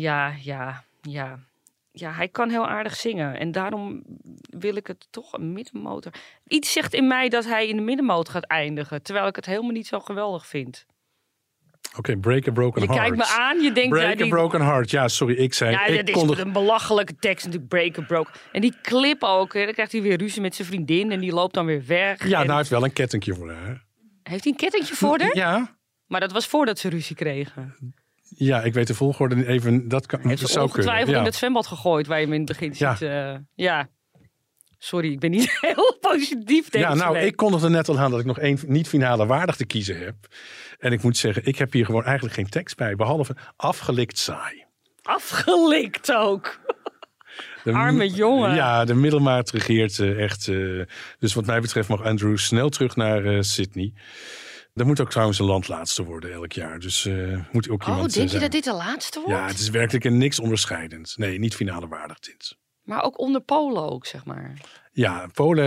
hij kan heel aardig zingen. En daarom wil ik het toch een middenmotor. Iets zegt in mij dat hij in de middenmotor gaat eindigen. Terwijl ik het helemaal niet zo geweldig vind. Oké, Break a Broken Heart. Je kijkt me aan, je denkt... Break a Broken Heart. Ja, sorry, ik zei... Ja, dat is een belachelijke tekst natuurlijk, Break a Broken. En die clip ook, hè, dan krijgt hij weer ruzie met zijn vriendin en die loopt dan weer weg. Ja, nou, hij heeft wel een kettingje voor haar. Heeft hij een kettingje voor haar? Ja. Maar dat was voordat ze ruzie kregen. Ja, ik weet de volgorde niet even. Dat kan heeft ze ongetwijfeld in het zwembad gegooid waar je hem in het begin ziet. Ja. Sorry, ik ben niet heel positief deze Ja, nou, week. ik kondigde net al aan dat ik nog 1 niet-finale waardig te kiezen heb. En ik moet zeggen, ik heb hier gewoon eigenlijk geen tekst bij. Behalve afgelikt saai. Afgelikt ook. Arme jongen. Ja, de middelmaat regeert echt. Dus wat mij betreft mag Andrew snel terug naar Sydney. Er moet ook trouwens een landlaatste worden elk jaar. Dus moet ook iemand denk je zijn. dat dit de laatste wordt? Ja, het is werkelijk niks onderscheidends. Nee, niet finale waardig dit. Maar ook onder Polen ook, zeg maar. Ja,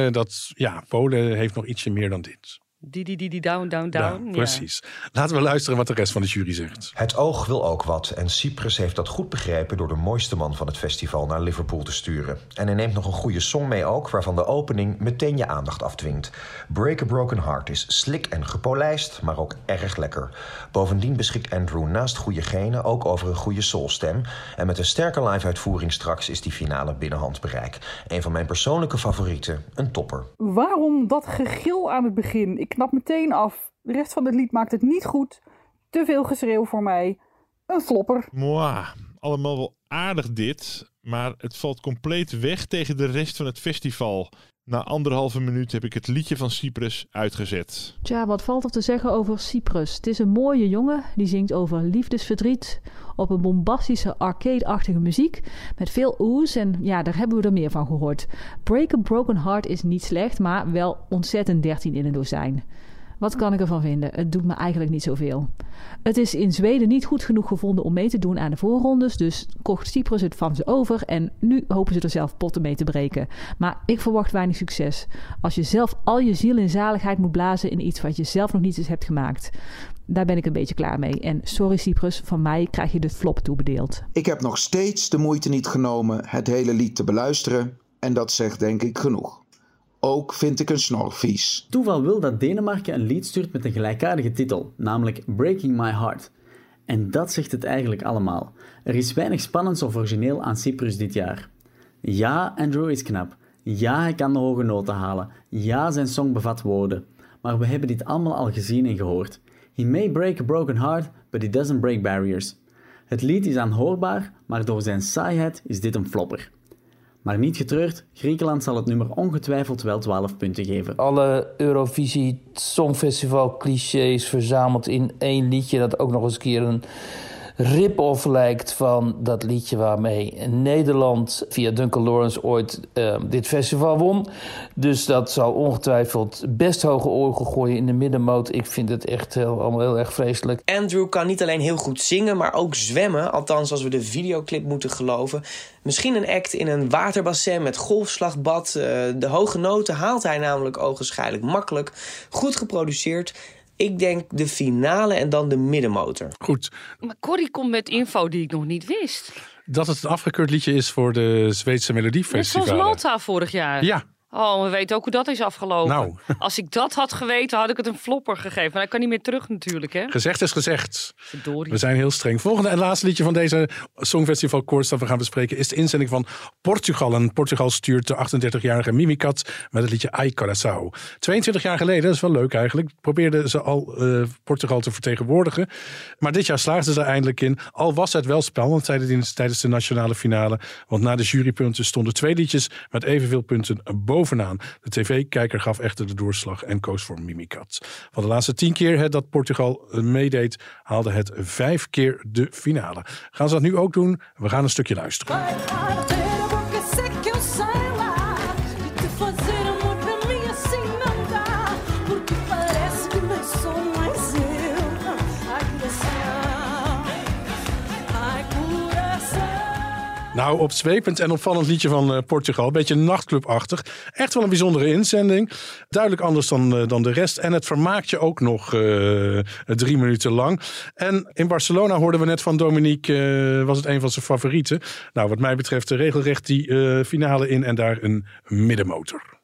Polen heeft nog ietsje meer dan dit. Die, down. Ja, precies. Laten we luisteren wat de rest van de jury zegt. Het oog wil ook wat en Cyprus heeft dat goed begrepen door de mooiste man van het festival naar Liverpool te sturen. En hij neemt nog een goede song mee ook, waarvan de opening meteen je aandacht afdwingt. Break a Broken Heart is slik en gepolijst, maar ook erg lekker. Bovendien beschikt Andrew naast goede genen ook over een goede soulstem. En met een sterke live-uitvoering straks is die finale binnen handbereik. Een van mijn persoonlijke favorieten, een topper. Waarom dat gegil aan het begin? Ik knap meteen af. De rest van het lied maakt het niet goed. Te veel geschreeuw voor mij. Een flopper. Mwah, allemaal wel aardig dit. Maar het valt compleet weg tegen de rest van het festival. Na 1,5 minuut heb ik het liedje van Cyprus uitgezet. Tja, wat valt er te zeggen over Cyprus? Het is een mooie jongen die zingt over liefdesverdriet op een bombastische arcade-achtige muziek met veel oes en ja, daar hebben we er meer van gehoord. Break a Broken Heart is niet slecht, maar wel ontzettend 13 in een dozijn. Wat kan ik ervan vinden? Het doet me eigenlijk niet zoveel. Het is in Zweden niet goed genoeg gevonden om mee te doen aan de voorrondes. Dus kocht Cyprus het van ze over. En nu hopen ze er zelf potten mee te breken. Maar ik verwacht weinig succes. Als je zelf al je ziel en zaligheid moet blazen in iets wat je zelf nog niet eens hebt gemaakt. Daar ben ik een beetje klaar mee. En sorry Cyprus, van mij krijg je de flop toebedeeld. Ik heb nog steeds de moeite niet genomen het hele lied te beluisteren. En dat zegt denk ik genoeg. Ook vind ik een snor vies. Toeval wil dat Denemarken een lied stuurt met een gelijkaardige titel, namelijk Breaking My Heart. En dat zegt het eigenlijk allemaal. Er is weinig spannends of origineel aan Cyprus dit jaar. Ja, Andrew is knap. Ja, hij kan de hoge noten halen. Ja, zijn song bevat woorden. Maar we hebben dit allemaal al gezien en gehoord. He may break a broken heart, but he doesn't break barriers. Het lied is aanhoorbaar, maar door zijn saaiheid is dit een flopper. Maar niet getreurd, Griekenland zal het nummer ongetwijfeld wel 12 punten geven. Alle Eurovisie Songfestival clichés verzameld in één liedje dat ook nog eens een keer een rip-off lijkt van dat liedje waarmee Nederland via Duncan Lawrence ooit dit festival won. Dus dat zal ongetwijfeld best hoge ogen gooien in de middenmoot. Ik vind het echt allemaal heel erg vreselijk. Andrew kan niet alleen heel goed zingen, maar ook zwemmen. Althans, als we de videoclip moeten geloven. Misschien een act in een waterbassin met golfslagbad. De hoge noten haalt hij namelijk ogenschijnlijk makkelijk. Goed geproduceerd. Ik denk de finale en dan de middenmotor. Goed. Maar Corrie komt met info die ik nog niet wist. Dat het een afgekeurd liedje is voor de Zweedse Melodiefestivalen. Net zoals Malta vorig jaar. Ja. Oh, we weten ook hoe dat is afgelopen. Nou. Als ik dat had geweten, had ik het een flopper gegeven. Maar hij kan niet meer terug natuurlijk, hè? Gezegd is gezegd. Verdorie. We zijn heel streng. Volgende en laatste liedje van deze Songfestival Koorts dat we gaan bespreken is de inzending van Portugal. En Portugal stuurt de 38-jarige Mimikat met het liedje Ai Coração. 22 jaar geleden, dat is wel leuk eigenlijk, probeerden ze al Portugal te vertegenwoordigen. Maar dit jaar slaagden ze er eindelijk in. Al was het wel spannend tijdens de nationale finale. Want na de jurypunten stonden 2 liedjes met evenveel punten bovenaan. De tv-kijker gaf echter de doorslag en koos voor Mimikat. Van de laatste 10 keer dat Portugal meedeed, haalde het 5 keer de finale. Gaan ze dat nu ook doen? We gaan een stukje luisteren. Nou, opzwepend en opvallend liedje van Portugal. Beetje nachtclubachtig. Echt wel een bijzondere inzending. Duidelijk anders dan de rest. En het vermaakt je ook nog 3 minuten lang. En in Barcelona hoorden we net van Dominique, was het een van zijn favorieten. Nou, wat mij betreft regelrecht die finale in en daar een middenmotor.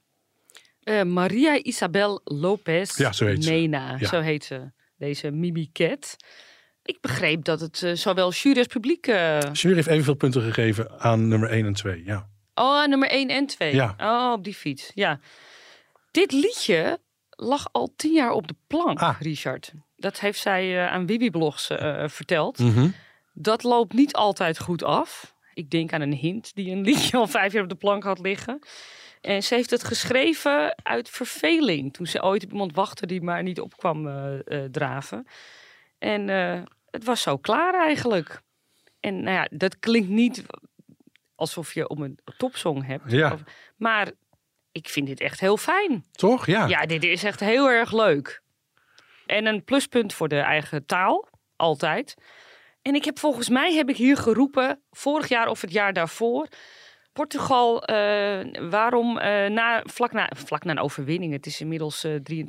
Maria Isabel Lopez ja, zo heet Mena. Ja. Zo heet ze. Deze Mimiket. Ik begreep dat het zowel jury als publiek... Jury heeft evenveel punten gegeven aan nummer 1 en 2, ja. Oh, nummer 1 en 2. Ja. Oh, op die fiets, ja. Dit liedje lag al 10 jaar op de plank, Richard. Dat heeft zij aan Wibi-blogs verteld. Mm-hmm. Dat loopt niet altijd goed af. Ik denk aan een hint die een liedje al 5 jaar op de plank had liggen. En ze heeft het geschreven uit verveling. Toen ze ooit op iemand wachtte die maar niet op kwam draven. En het was zo klaar eigenlijk. En nou ja, dat klinkt niet alsof je om een topsong hebt. Ja. Maar ik vind dit echt heel fijn. Toch? Ja. Ja, dit is echt heel erg leuk. En een pluspunt voor de eigen taal. Altijd. En volgens mij heb ik hier geroepen, vorig jaar of het jaar daarvoor... Portugal, waarom vlak na een overwinning... Het is inmiddels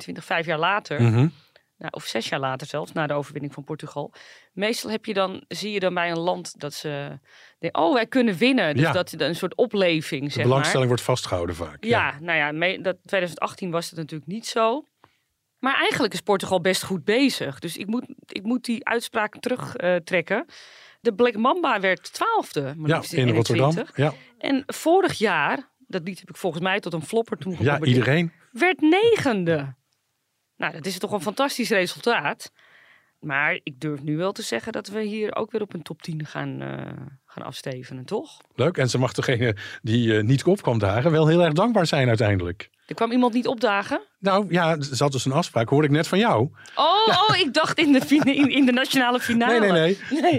5 jaar later... Mm-hmm. Nou, of 6 jaar later zelfs, na de overwinning van Portugal. Meestal zie je dan bij een land dat ze denken, oh, wij kunnen winnen. Dus dat een soort opleving, zeg maar. De belangstelling wordt vastgehouden vaak. Ja, nou ja, 2018 was het natuurlijk niet zo. Maar eigenlijk is Portugal best goed bezig. Dus ik moet die uitspraak terugtrekken. De Black Mamba werd 12e. In Rotterdam. Ja. En vorig jaar, dat lied heb ik volgens mij tot een flopper toen geprobeerd. Ja, iedereen. Werd 9e. Nou, dat is toch een fantastisch resultaat. Maar ik durf nu wel te zeggen dat we hier ook weer op een top 10 gaan afstevenen, toch? Leuk. En ze mag degene die niet opkwam dagen wel heel erg dankbaar zijn uiteindelijk. Er kwam iemand niet opdagen? Nou ja, ze had dus een afspraak. Hoorde ik net van jou. Oh, ik dacht in de nationale finale. Nee.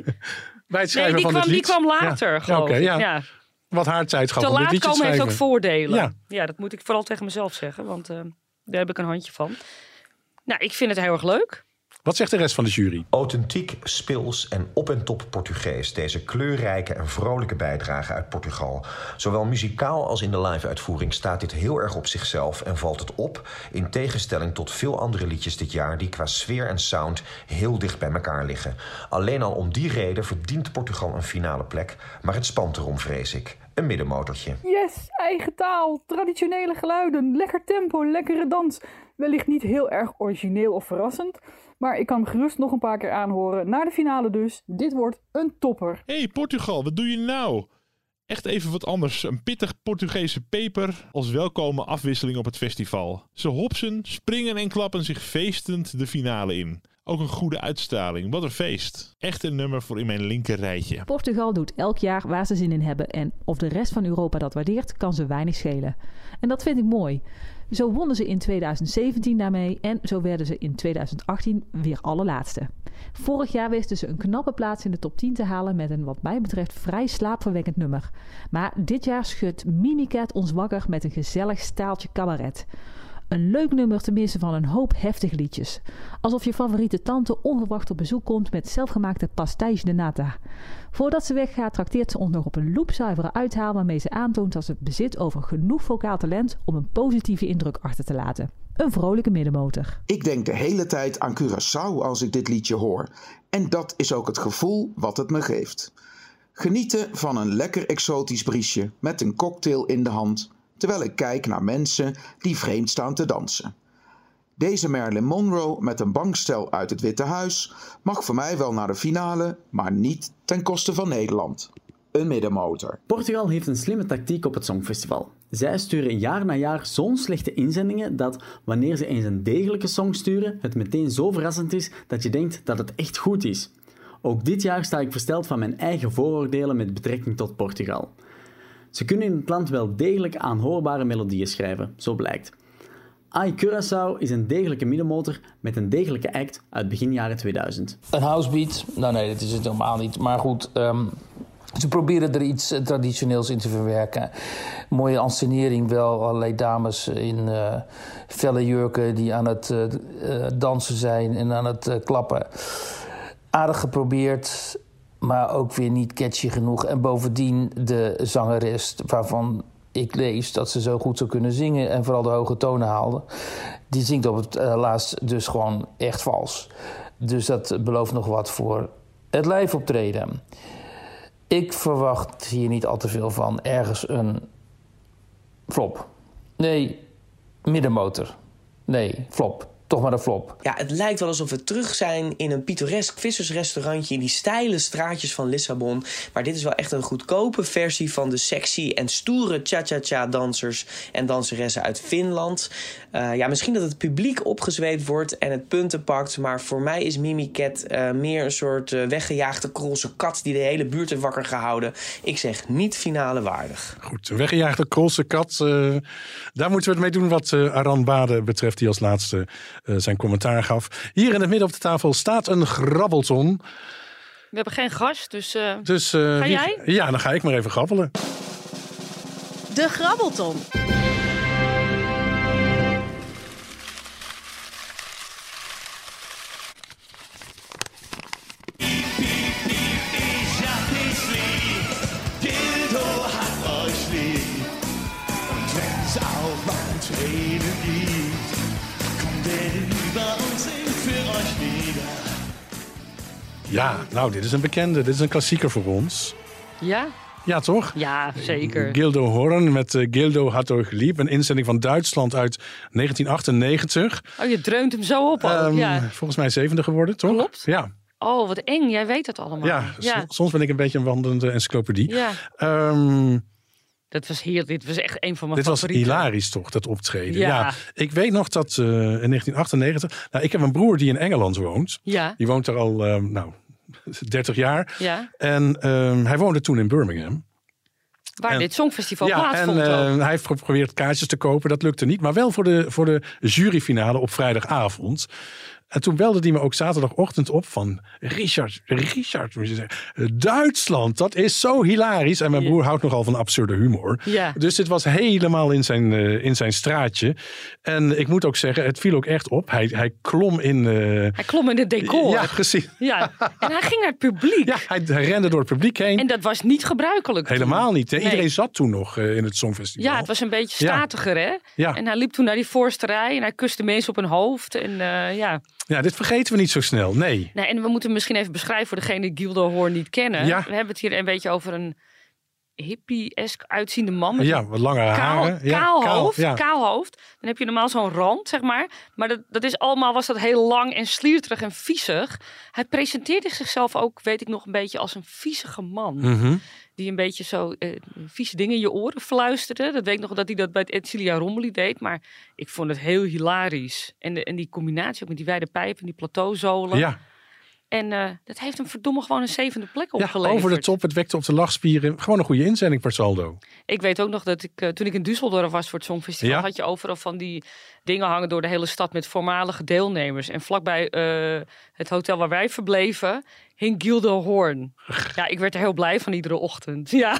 Bij het schrijven van het lied. Die kwam later, geloof ik. Ja. Wat haar tijd gaf om dit liedje te schrijven. Te laat komen heeft ook voordelen. Ja, dat moet ik vooral tegen mezelf zeggen. Want daar heb ik een handje van. Nou, ik vind het heel erg leuk. Wat zegt de rest van de jury? Authentiek, speels en op en top Portugees. Deze kleurrijke en vrolijke bijdrage uit Portugal. Zowel muzikaal als in de live-uitvoering staat dit heel erg op zichzelf en valt het op, in tegenstelling tot veel andere liedjes dit jaar die qua sfeer en sound heel dicht bij elkaar liggen. Alleen al om die reden verdient Portugal een finale plek, maar het spant erom, vrees ik. Een middenmotortje. Yes, eigen taal, traditionele geluiden, lekker tempo, lekkere dans. Wellicht niet heel erg origineel of verrassend, maar ik kan hem gerust nog een paar keer aanhoren. Naar de finale dus. Dit wordt een topper. Hey Portugal, wat doe je nou? Echt even wat anders. Een pittig Portugese peper als welkome afwisseling op het festival. Ze hopsen, springen en klappen zich feestend de finale in. Ook een goede uitstraling. Wat een feest. Echt een nummer voor in mijn linker rijtje. Portugal doet elk jaar waar ze zin in hebben en of de rest van Europa dat waardeert, kan ze weinig schelen. En dat vind ik mooi. Zo wonnen ze in 2017 daarmee en zo werden ze in 2018 weer allerlaatste. Vorig jaar wisten ze een knappe plaats in de top 10 te halen met een wat mij betreft vrij slaapverwekkend nummer. Maar dit jaar schudt Mimicat ons wakker met een gezellig staaltje cabaret. Een leuk nummer te missen van een hoop heftige liedjes. Alsof je favoriete tante onverwacht op bezoek komt met zelfgemaakte pastéis de nata. Voordat ze weggaat trakteert ze ons nog op een loepzuivere uithaal waarmee ze aantoont dat ze bezit over genoeg vocaal talent om een positieve indruk achter te laten. Een vrolijke middenmotor. Ik denk de hele tijd aan Curaçao als ik dit liedje hoor. En dat is ook het gevoel wat het me geeft. Genieten van een lekker exotisch briesje met een cocktail in de hand, terwijl ik kijk naar mensen die vreemd staan te dansen. Deze Marilyn Monroe met een bankstel uit het Witte Huis mag voor mij wel naar de finale, maar niet ten koste van Nederland. Een middenmotor. Portugal heeft een slimme tactiek op het Songfestival. Zij sturen jaar na jaar zo'n slechte inzendingen dat wanneer ze eens een degelijke song sturen, het meteen zo verrassend is dat je denkt dat het echt goed is. Ook dit jaar sta ik versteld van mijn eigen vooroordelen met betrekking tot Portugal. Ze kunnen in het land wel degelijk aanhoorbare melodieën schrijven, zo blijkt. Ai Curaçao is een degelijke middenmotor met een degelijke act uit begin jaren 2000. Een housebeat? Nou nee, dat is het helemaal niet. Maar goed, ze proberen er iets traditioneels in te verwerken. Mooie ansenering wel, allerlei dames in felle jurken die aan het dansen zijn en aan het klappen. Aardig geprobeerd, maar ook weer niet catchy genoeg. En bovendien de zangeres waarvan ik lees dat ze zo goed zou kunnen zingen en vooral de hoge tonen haalde, die zingt op het laatst dus gewoon echt vals. Dus dat belooft nog wat voor het live optreden. Ik verwacht hier niet al te veel van. Ergens een flop. Nee, middenmotor. Nee, flop. Toch maar een flop. Ja, het lijkt wel alsof we terug zijn in een pittoresk vissersrestaurantje in die steile straatjes van Lissabon. Maar dit is wel echt een goedkope versie van de sexy en stoere cha-cha-cha dansers en danseressen uit Finland. Misschien dat het publiek opgezweept wordt en het punten pakt, maar voor mij is Mimicat meer een soort weggejaagde krolse kat die de hele buurt heeft wakker gehouden. Ik zeg niet finale waardig. Goed, een weggejaagde krolse kat. Daar moeten we het mee doen wat Aran Bade betreft, die als laatste zijn commentaar gaf. Hier in het midden op de tafel staat een grabbelton. We hebben geen gast, dus ga jij? Ja, dan ga ik maar even grabbelen. De grabbelton. Ja, nou, dit is een bekende. Dit is een klassieker voor ons. Ja? Ja, toch? Ja, zeker. Gildo Horn met Gildo had euch lieb. Een inzending van Duitsland uit 1998. Oh, je dreunt hem zo op al. Ja. Volgens mij 7e geworden, toch? Klopt. Ja. Oh, wat eng. Jij weet het allemaal. Ja. Soms ben ik een beetje een wandelende encyclopedie. Ja. Dit was echt een van mijn favorieten. Dit was hilarisch toch, dat optreden. Ja. Ik weet nog dat in 1998... Nou, ik heb een broer die in Engeland woont. Ja. Die woont er al 30 jaar. Ja. En hij woonde toen in Birmingham. Waar dit Songfestival plaatsvond. Hij heeft geprobeerd kaartjes te kopen. Dat lukte niet. Maar wel voor de juryfinale op vrijdagavond. En toen belde hij me ook zaterdagochtend op van... Richard, moet je zeggen, Duitsland, dat is zo hilarisch. En mijn broer houdt nogal van absurde humor. Ja. Dus dit was helemaal in zijn straatje. En ik moet ook zeggen, het viel ook echt op. Hij klom in... Hij klom in het decor. Ja, precies. Ja. En hij ging naar het publiek. Ja, hij rende door het publiek heen. En dat was niet gebruikelijk. Helemaal niet. Nee. Iedereen zat toen nog in het Songfestival. Ja, het was een beetje statiger, hè? Ja. En hij liep toen naar die voorste rij en hij kuste mensen op hun hoofd. En ja, dit vergeten we niet zo snel, nee. en we moeten misschien even beschrijven voor degene die Gildehorn niet kennen. Ja. We hebben het hier een beetje over een hippie-esk uitziende man. Met Wat langere haren. Kaal hoofd. Dan heb je normaal zo'n rand, zeg maar. Maar dat is allemaal, was dat heel lang en slierterig en viezig. Hij presenteerde zichzelf ook, weet ik nog, een beetje als een viezige man. Mhm. Die een beetje zo vieze dingen in je oren fluisterde. Dat weet ik nog dat hij dat bij het Edcilia Rommeli deed. Maar ik vond het heel hilarisch. En die combinatie ook met die wijde pijpen en die plateauzolen. Ja. En dat heeft hem verdomme gewoon een 7e plek opgeleverd. Over de top. Het wekte op de lachspieren. Gewoon een goede inzending per saldo. Ik weet ook nog dat ik, toen ik in Düsseldorf was voor het Songfestival... had je overal van die dingen hangen door de hele stad met voormalige deelnemers. En vlakbij het hotel waar wij verbleven hing Gildehorn. Ja, ik werd er heel blij van iedere ochtend. Ja.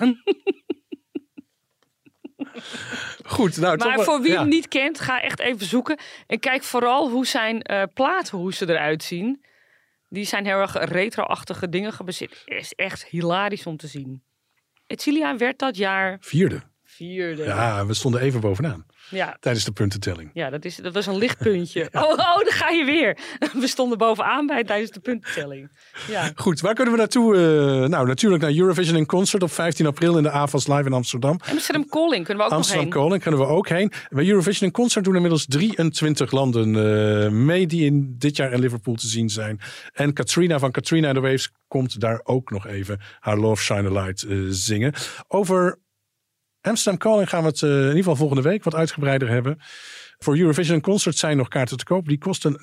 Goed, nou, maar voor wie hem niet kent, ga echt even zoeken. En kijk vooral hoe zijn platen, hoe ze eruit zien. Die zijn heel erg retro-achtige dingen gebaseerd. Het is echt hilarisch om te zien. Edcilia werd dat jaar... Vierde. Ja, we stonden even bovenaan. Ja. Tijdens de puntentelling. Ja, dat was een lichtpuntje. Oh, daar ga je weer. We stonden bovenaan tijdens de puntentelling. Ja. Goed, waar kunnen we naartoe? Nou, natuurlijk naar Eurovision in Concert op 15 april in de AVAS Live in Amsterdam. Amsterdam Calling kunnen we ook nog heen. Amsterdam Calling kunnen we ook heen. Bij Eurovision in Concert doen inmiddels 23 landen mee die in dit jaar in Liverpool te zien zijn. En Katrina van Katrina and the Waves komt daar ook nog even haar Love Shine a Light zingen. Over Amsterdam Calling gaan we het in ieder geval volgende week wat uitgebreider hebben. Voor Eurovision Concert zijn nog kaarten te koop. Die kosten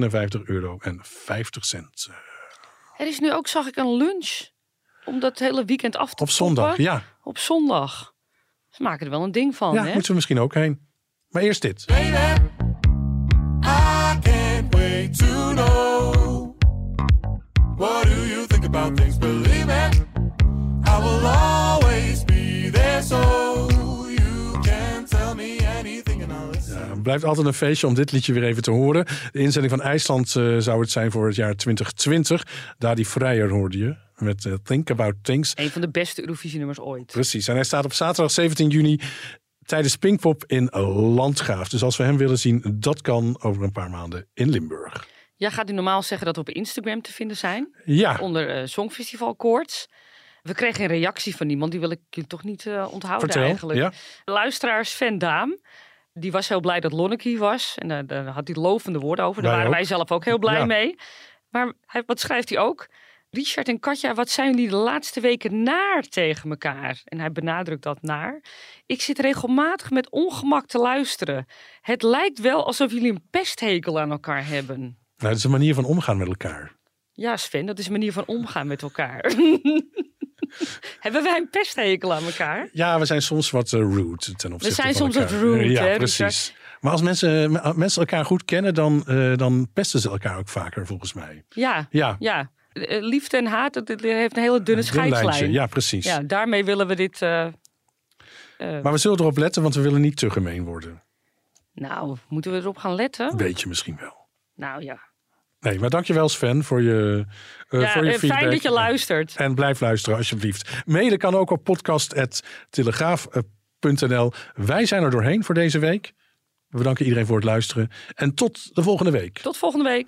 €59,50. Er is nu ook, zag ik, een lunch om dat hele weekend af te toppen. Op zondag, ja. Op zondag. Ze maken er wel een ding van, ja, hè? Moeten we misschien ook heen. Maar eerst dit. Baby, I can't wait to know. What do you think about things? Believe me, I will always be there so you can tell me anything and I'll listen. Ja, het blijft altijd een feestje om dit liedje weer even te horen. De inzending van IJsland zou het zijn voor het jaar 2020. Dadi Freyr hoorde je met Think About Things. Een van de beste Eurovisie-nummers ooit. Precies, en hij staat op zaterdag 17 juni tijdens Pinkpop in Landgraaf. Dus als we hem willen zien, dat kan over een paar maanden in Limburg. Ja, gaat u normaal zeggen dat we op Instagram te vinden zijn? Ja. Onder Songfestival Koorts. We kregen een reactie van iemand, die wil ik je toch niet onthouden. Vertel, eigenlijk. ja. Luisteraar Sven Daam, die was heel blij dat Lonneke hier was. En daar had hij lovende woorden over. Daar waren wij zelf ook heel blij mee. Maar wat schrijft hij ook? Richard en Katja, wat zijn jullie de laatste weken naar tegen elkaar? En hij benadrukt dat naar. Ik zit regelmatig met ongemak te luisteren. Het lijkt wel alsof jullie een pesthekel aan elkaar hebben. Nou, dat is een manier van omgaan met elkaar. Ja, Sven, dat is een manier van omgaan met elkaar. Hebben wij een pesthekel aan elkaar? Ja, we zijn soms wat rude ten opzichte van elkaar. We zijn soms wat rude, ja, hè, precies. Richard? Maar als mensen elkaar goed kennen, dan pesten ze elkaar ook vaker, volgens mij. Ja. Liefde en haat, dat heeft een hele dunne scheidslijn. Lijntje, ja, precies. Ja, daarmee willen we dit... Maar we zullen erop letten, want we willen niet te gemeen worden. Nou, moeten we erop gaan letten? Weet je misschien wel. Nou ja. Nee, maar dankjewel Sven voor je feedback. Fijn dat je luistert. En blijf luisteren alsjeblieft. Mailen kan ook op podcast@telegraaf.nl. Wij zijn er doorheen voor deze week. We bedanken iedereen voor het luisteren. En tot de volgende week. Tot volgende week.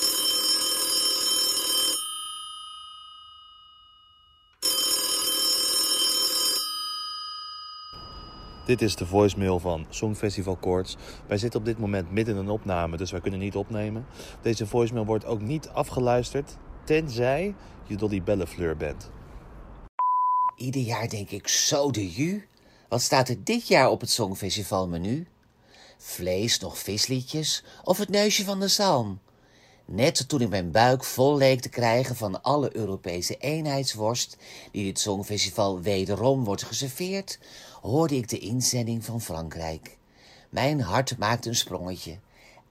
Dit is de voicemail van Songfestival Koorts. Wij zitten op dit moment midden in een opname, dus wij kunnen niet opnemen. Deze voicemail wordt ook niet afgeluisterd, tenzij je Dolly Bellefleur bent. Ieder jaar denk ik zo de ju. Wat staat er dit jaar op het Songfestivalmenu? Vlees, nog visliedjes of het neusje van de zalm? Net toen ik mijn buik vol leek te krijgen van alle Europese eenheidsworst die dit Songfestival wederom wordt geserveerd, hoorde ik de inzending van Frankrijk. Mijn hart maakte een sprongetje.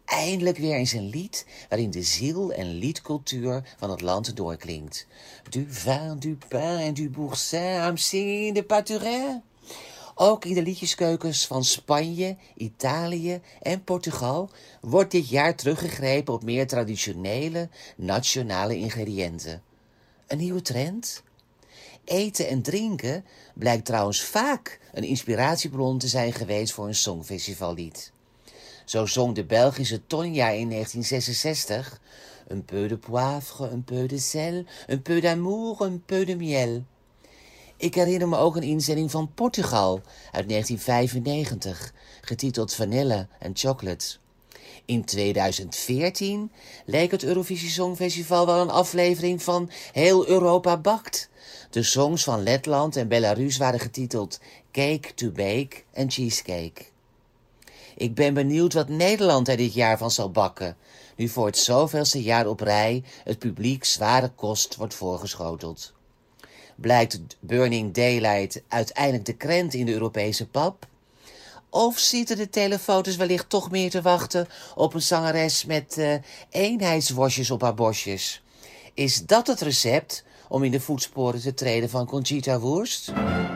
Eindelijk weer eens een lied waarin de ziel en liedcultuur van het land doorklinkt. Du vin, du pain en du boursin, I'm singing de pâturage. Ook in de liedjeskeukens van Spanje, Italië en Portugal wordt dit jaar teruggegrepen op meer traditionele, nationale ingrediënten. Een nieuwe trend? Eten en drinken blijkt trouwens vaak een inspiratiebron te zijn geweest voor een songfestivallied. Zo zong de Belgische Tonja in 1966... Un peu de poivre, un peu de sel, un peu d'amour, un peu de miel. Ik herinner me ook een inzending van Portugal uit 1995, getiteld Vanille and Chocolate. In 2014 leek het Eurovisie Songfestival wel een aflevering van Heel Europa bakt. De songs van Letland en Belarus waren getiteld Cake to Bake en Cheesecake. Ik ben benieuwd wat Nederland er dit jaar van zal bakken, nu voor het zoveelste jaar op rij het publiek zware kost wordt voorgeschoteld. Blijkt Burning Daylight uiteindelijk de krent in de Europese pap? Of zitten de telefoto's wellicht toch meer te wachten op een zangeres met eenheidsworstjes op haar borstjes? Is dat het recept om in de voetsporen te treden van Conchita Wurst?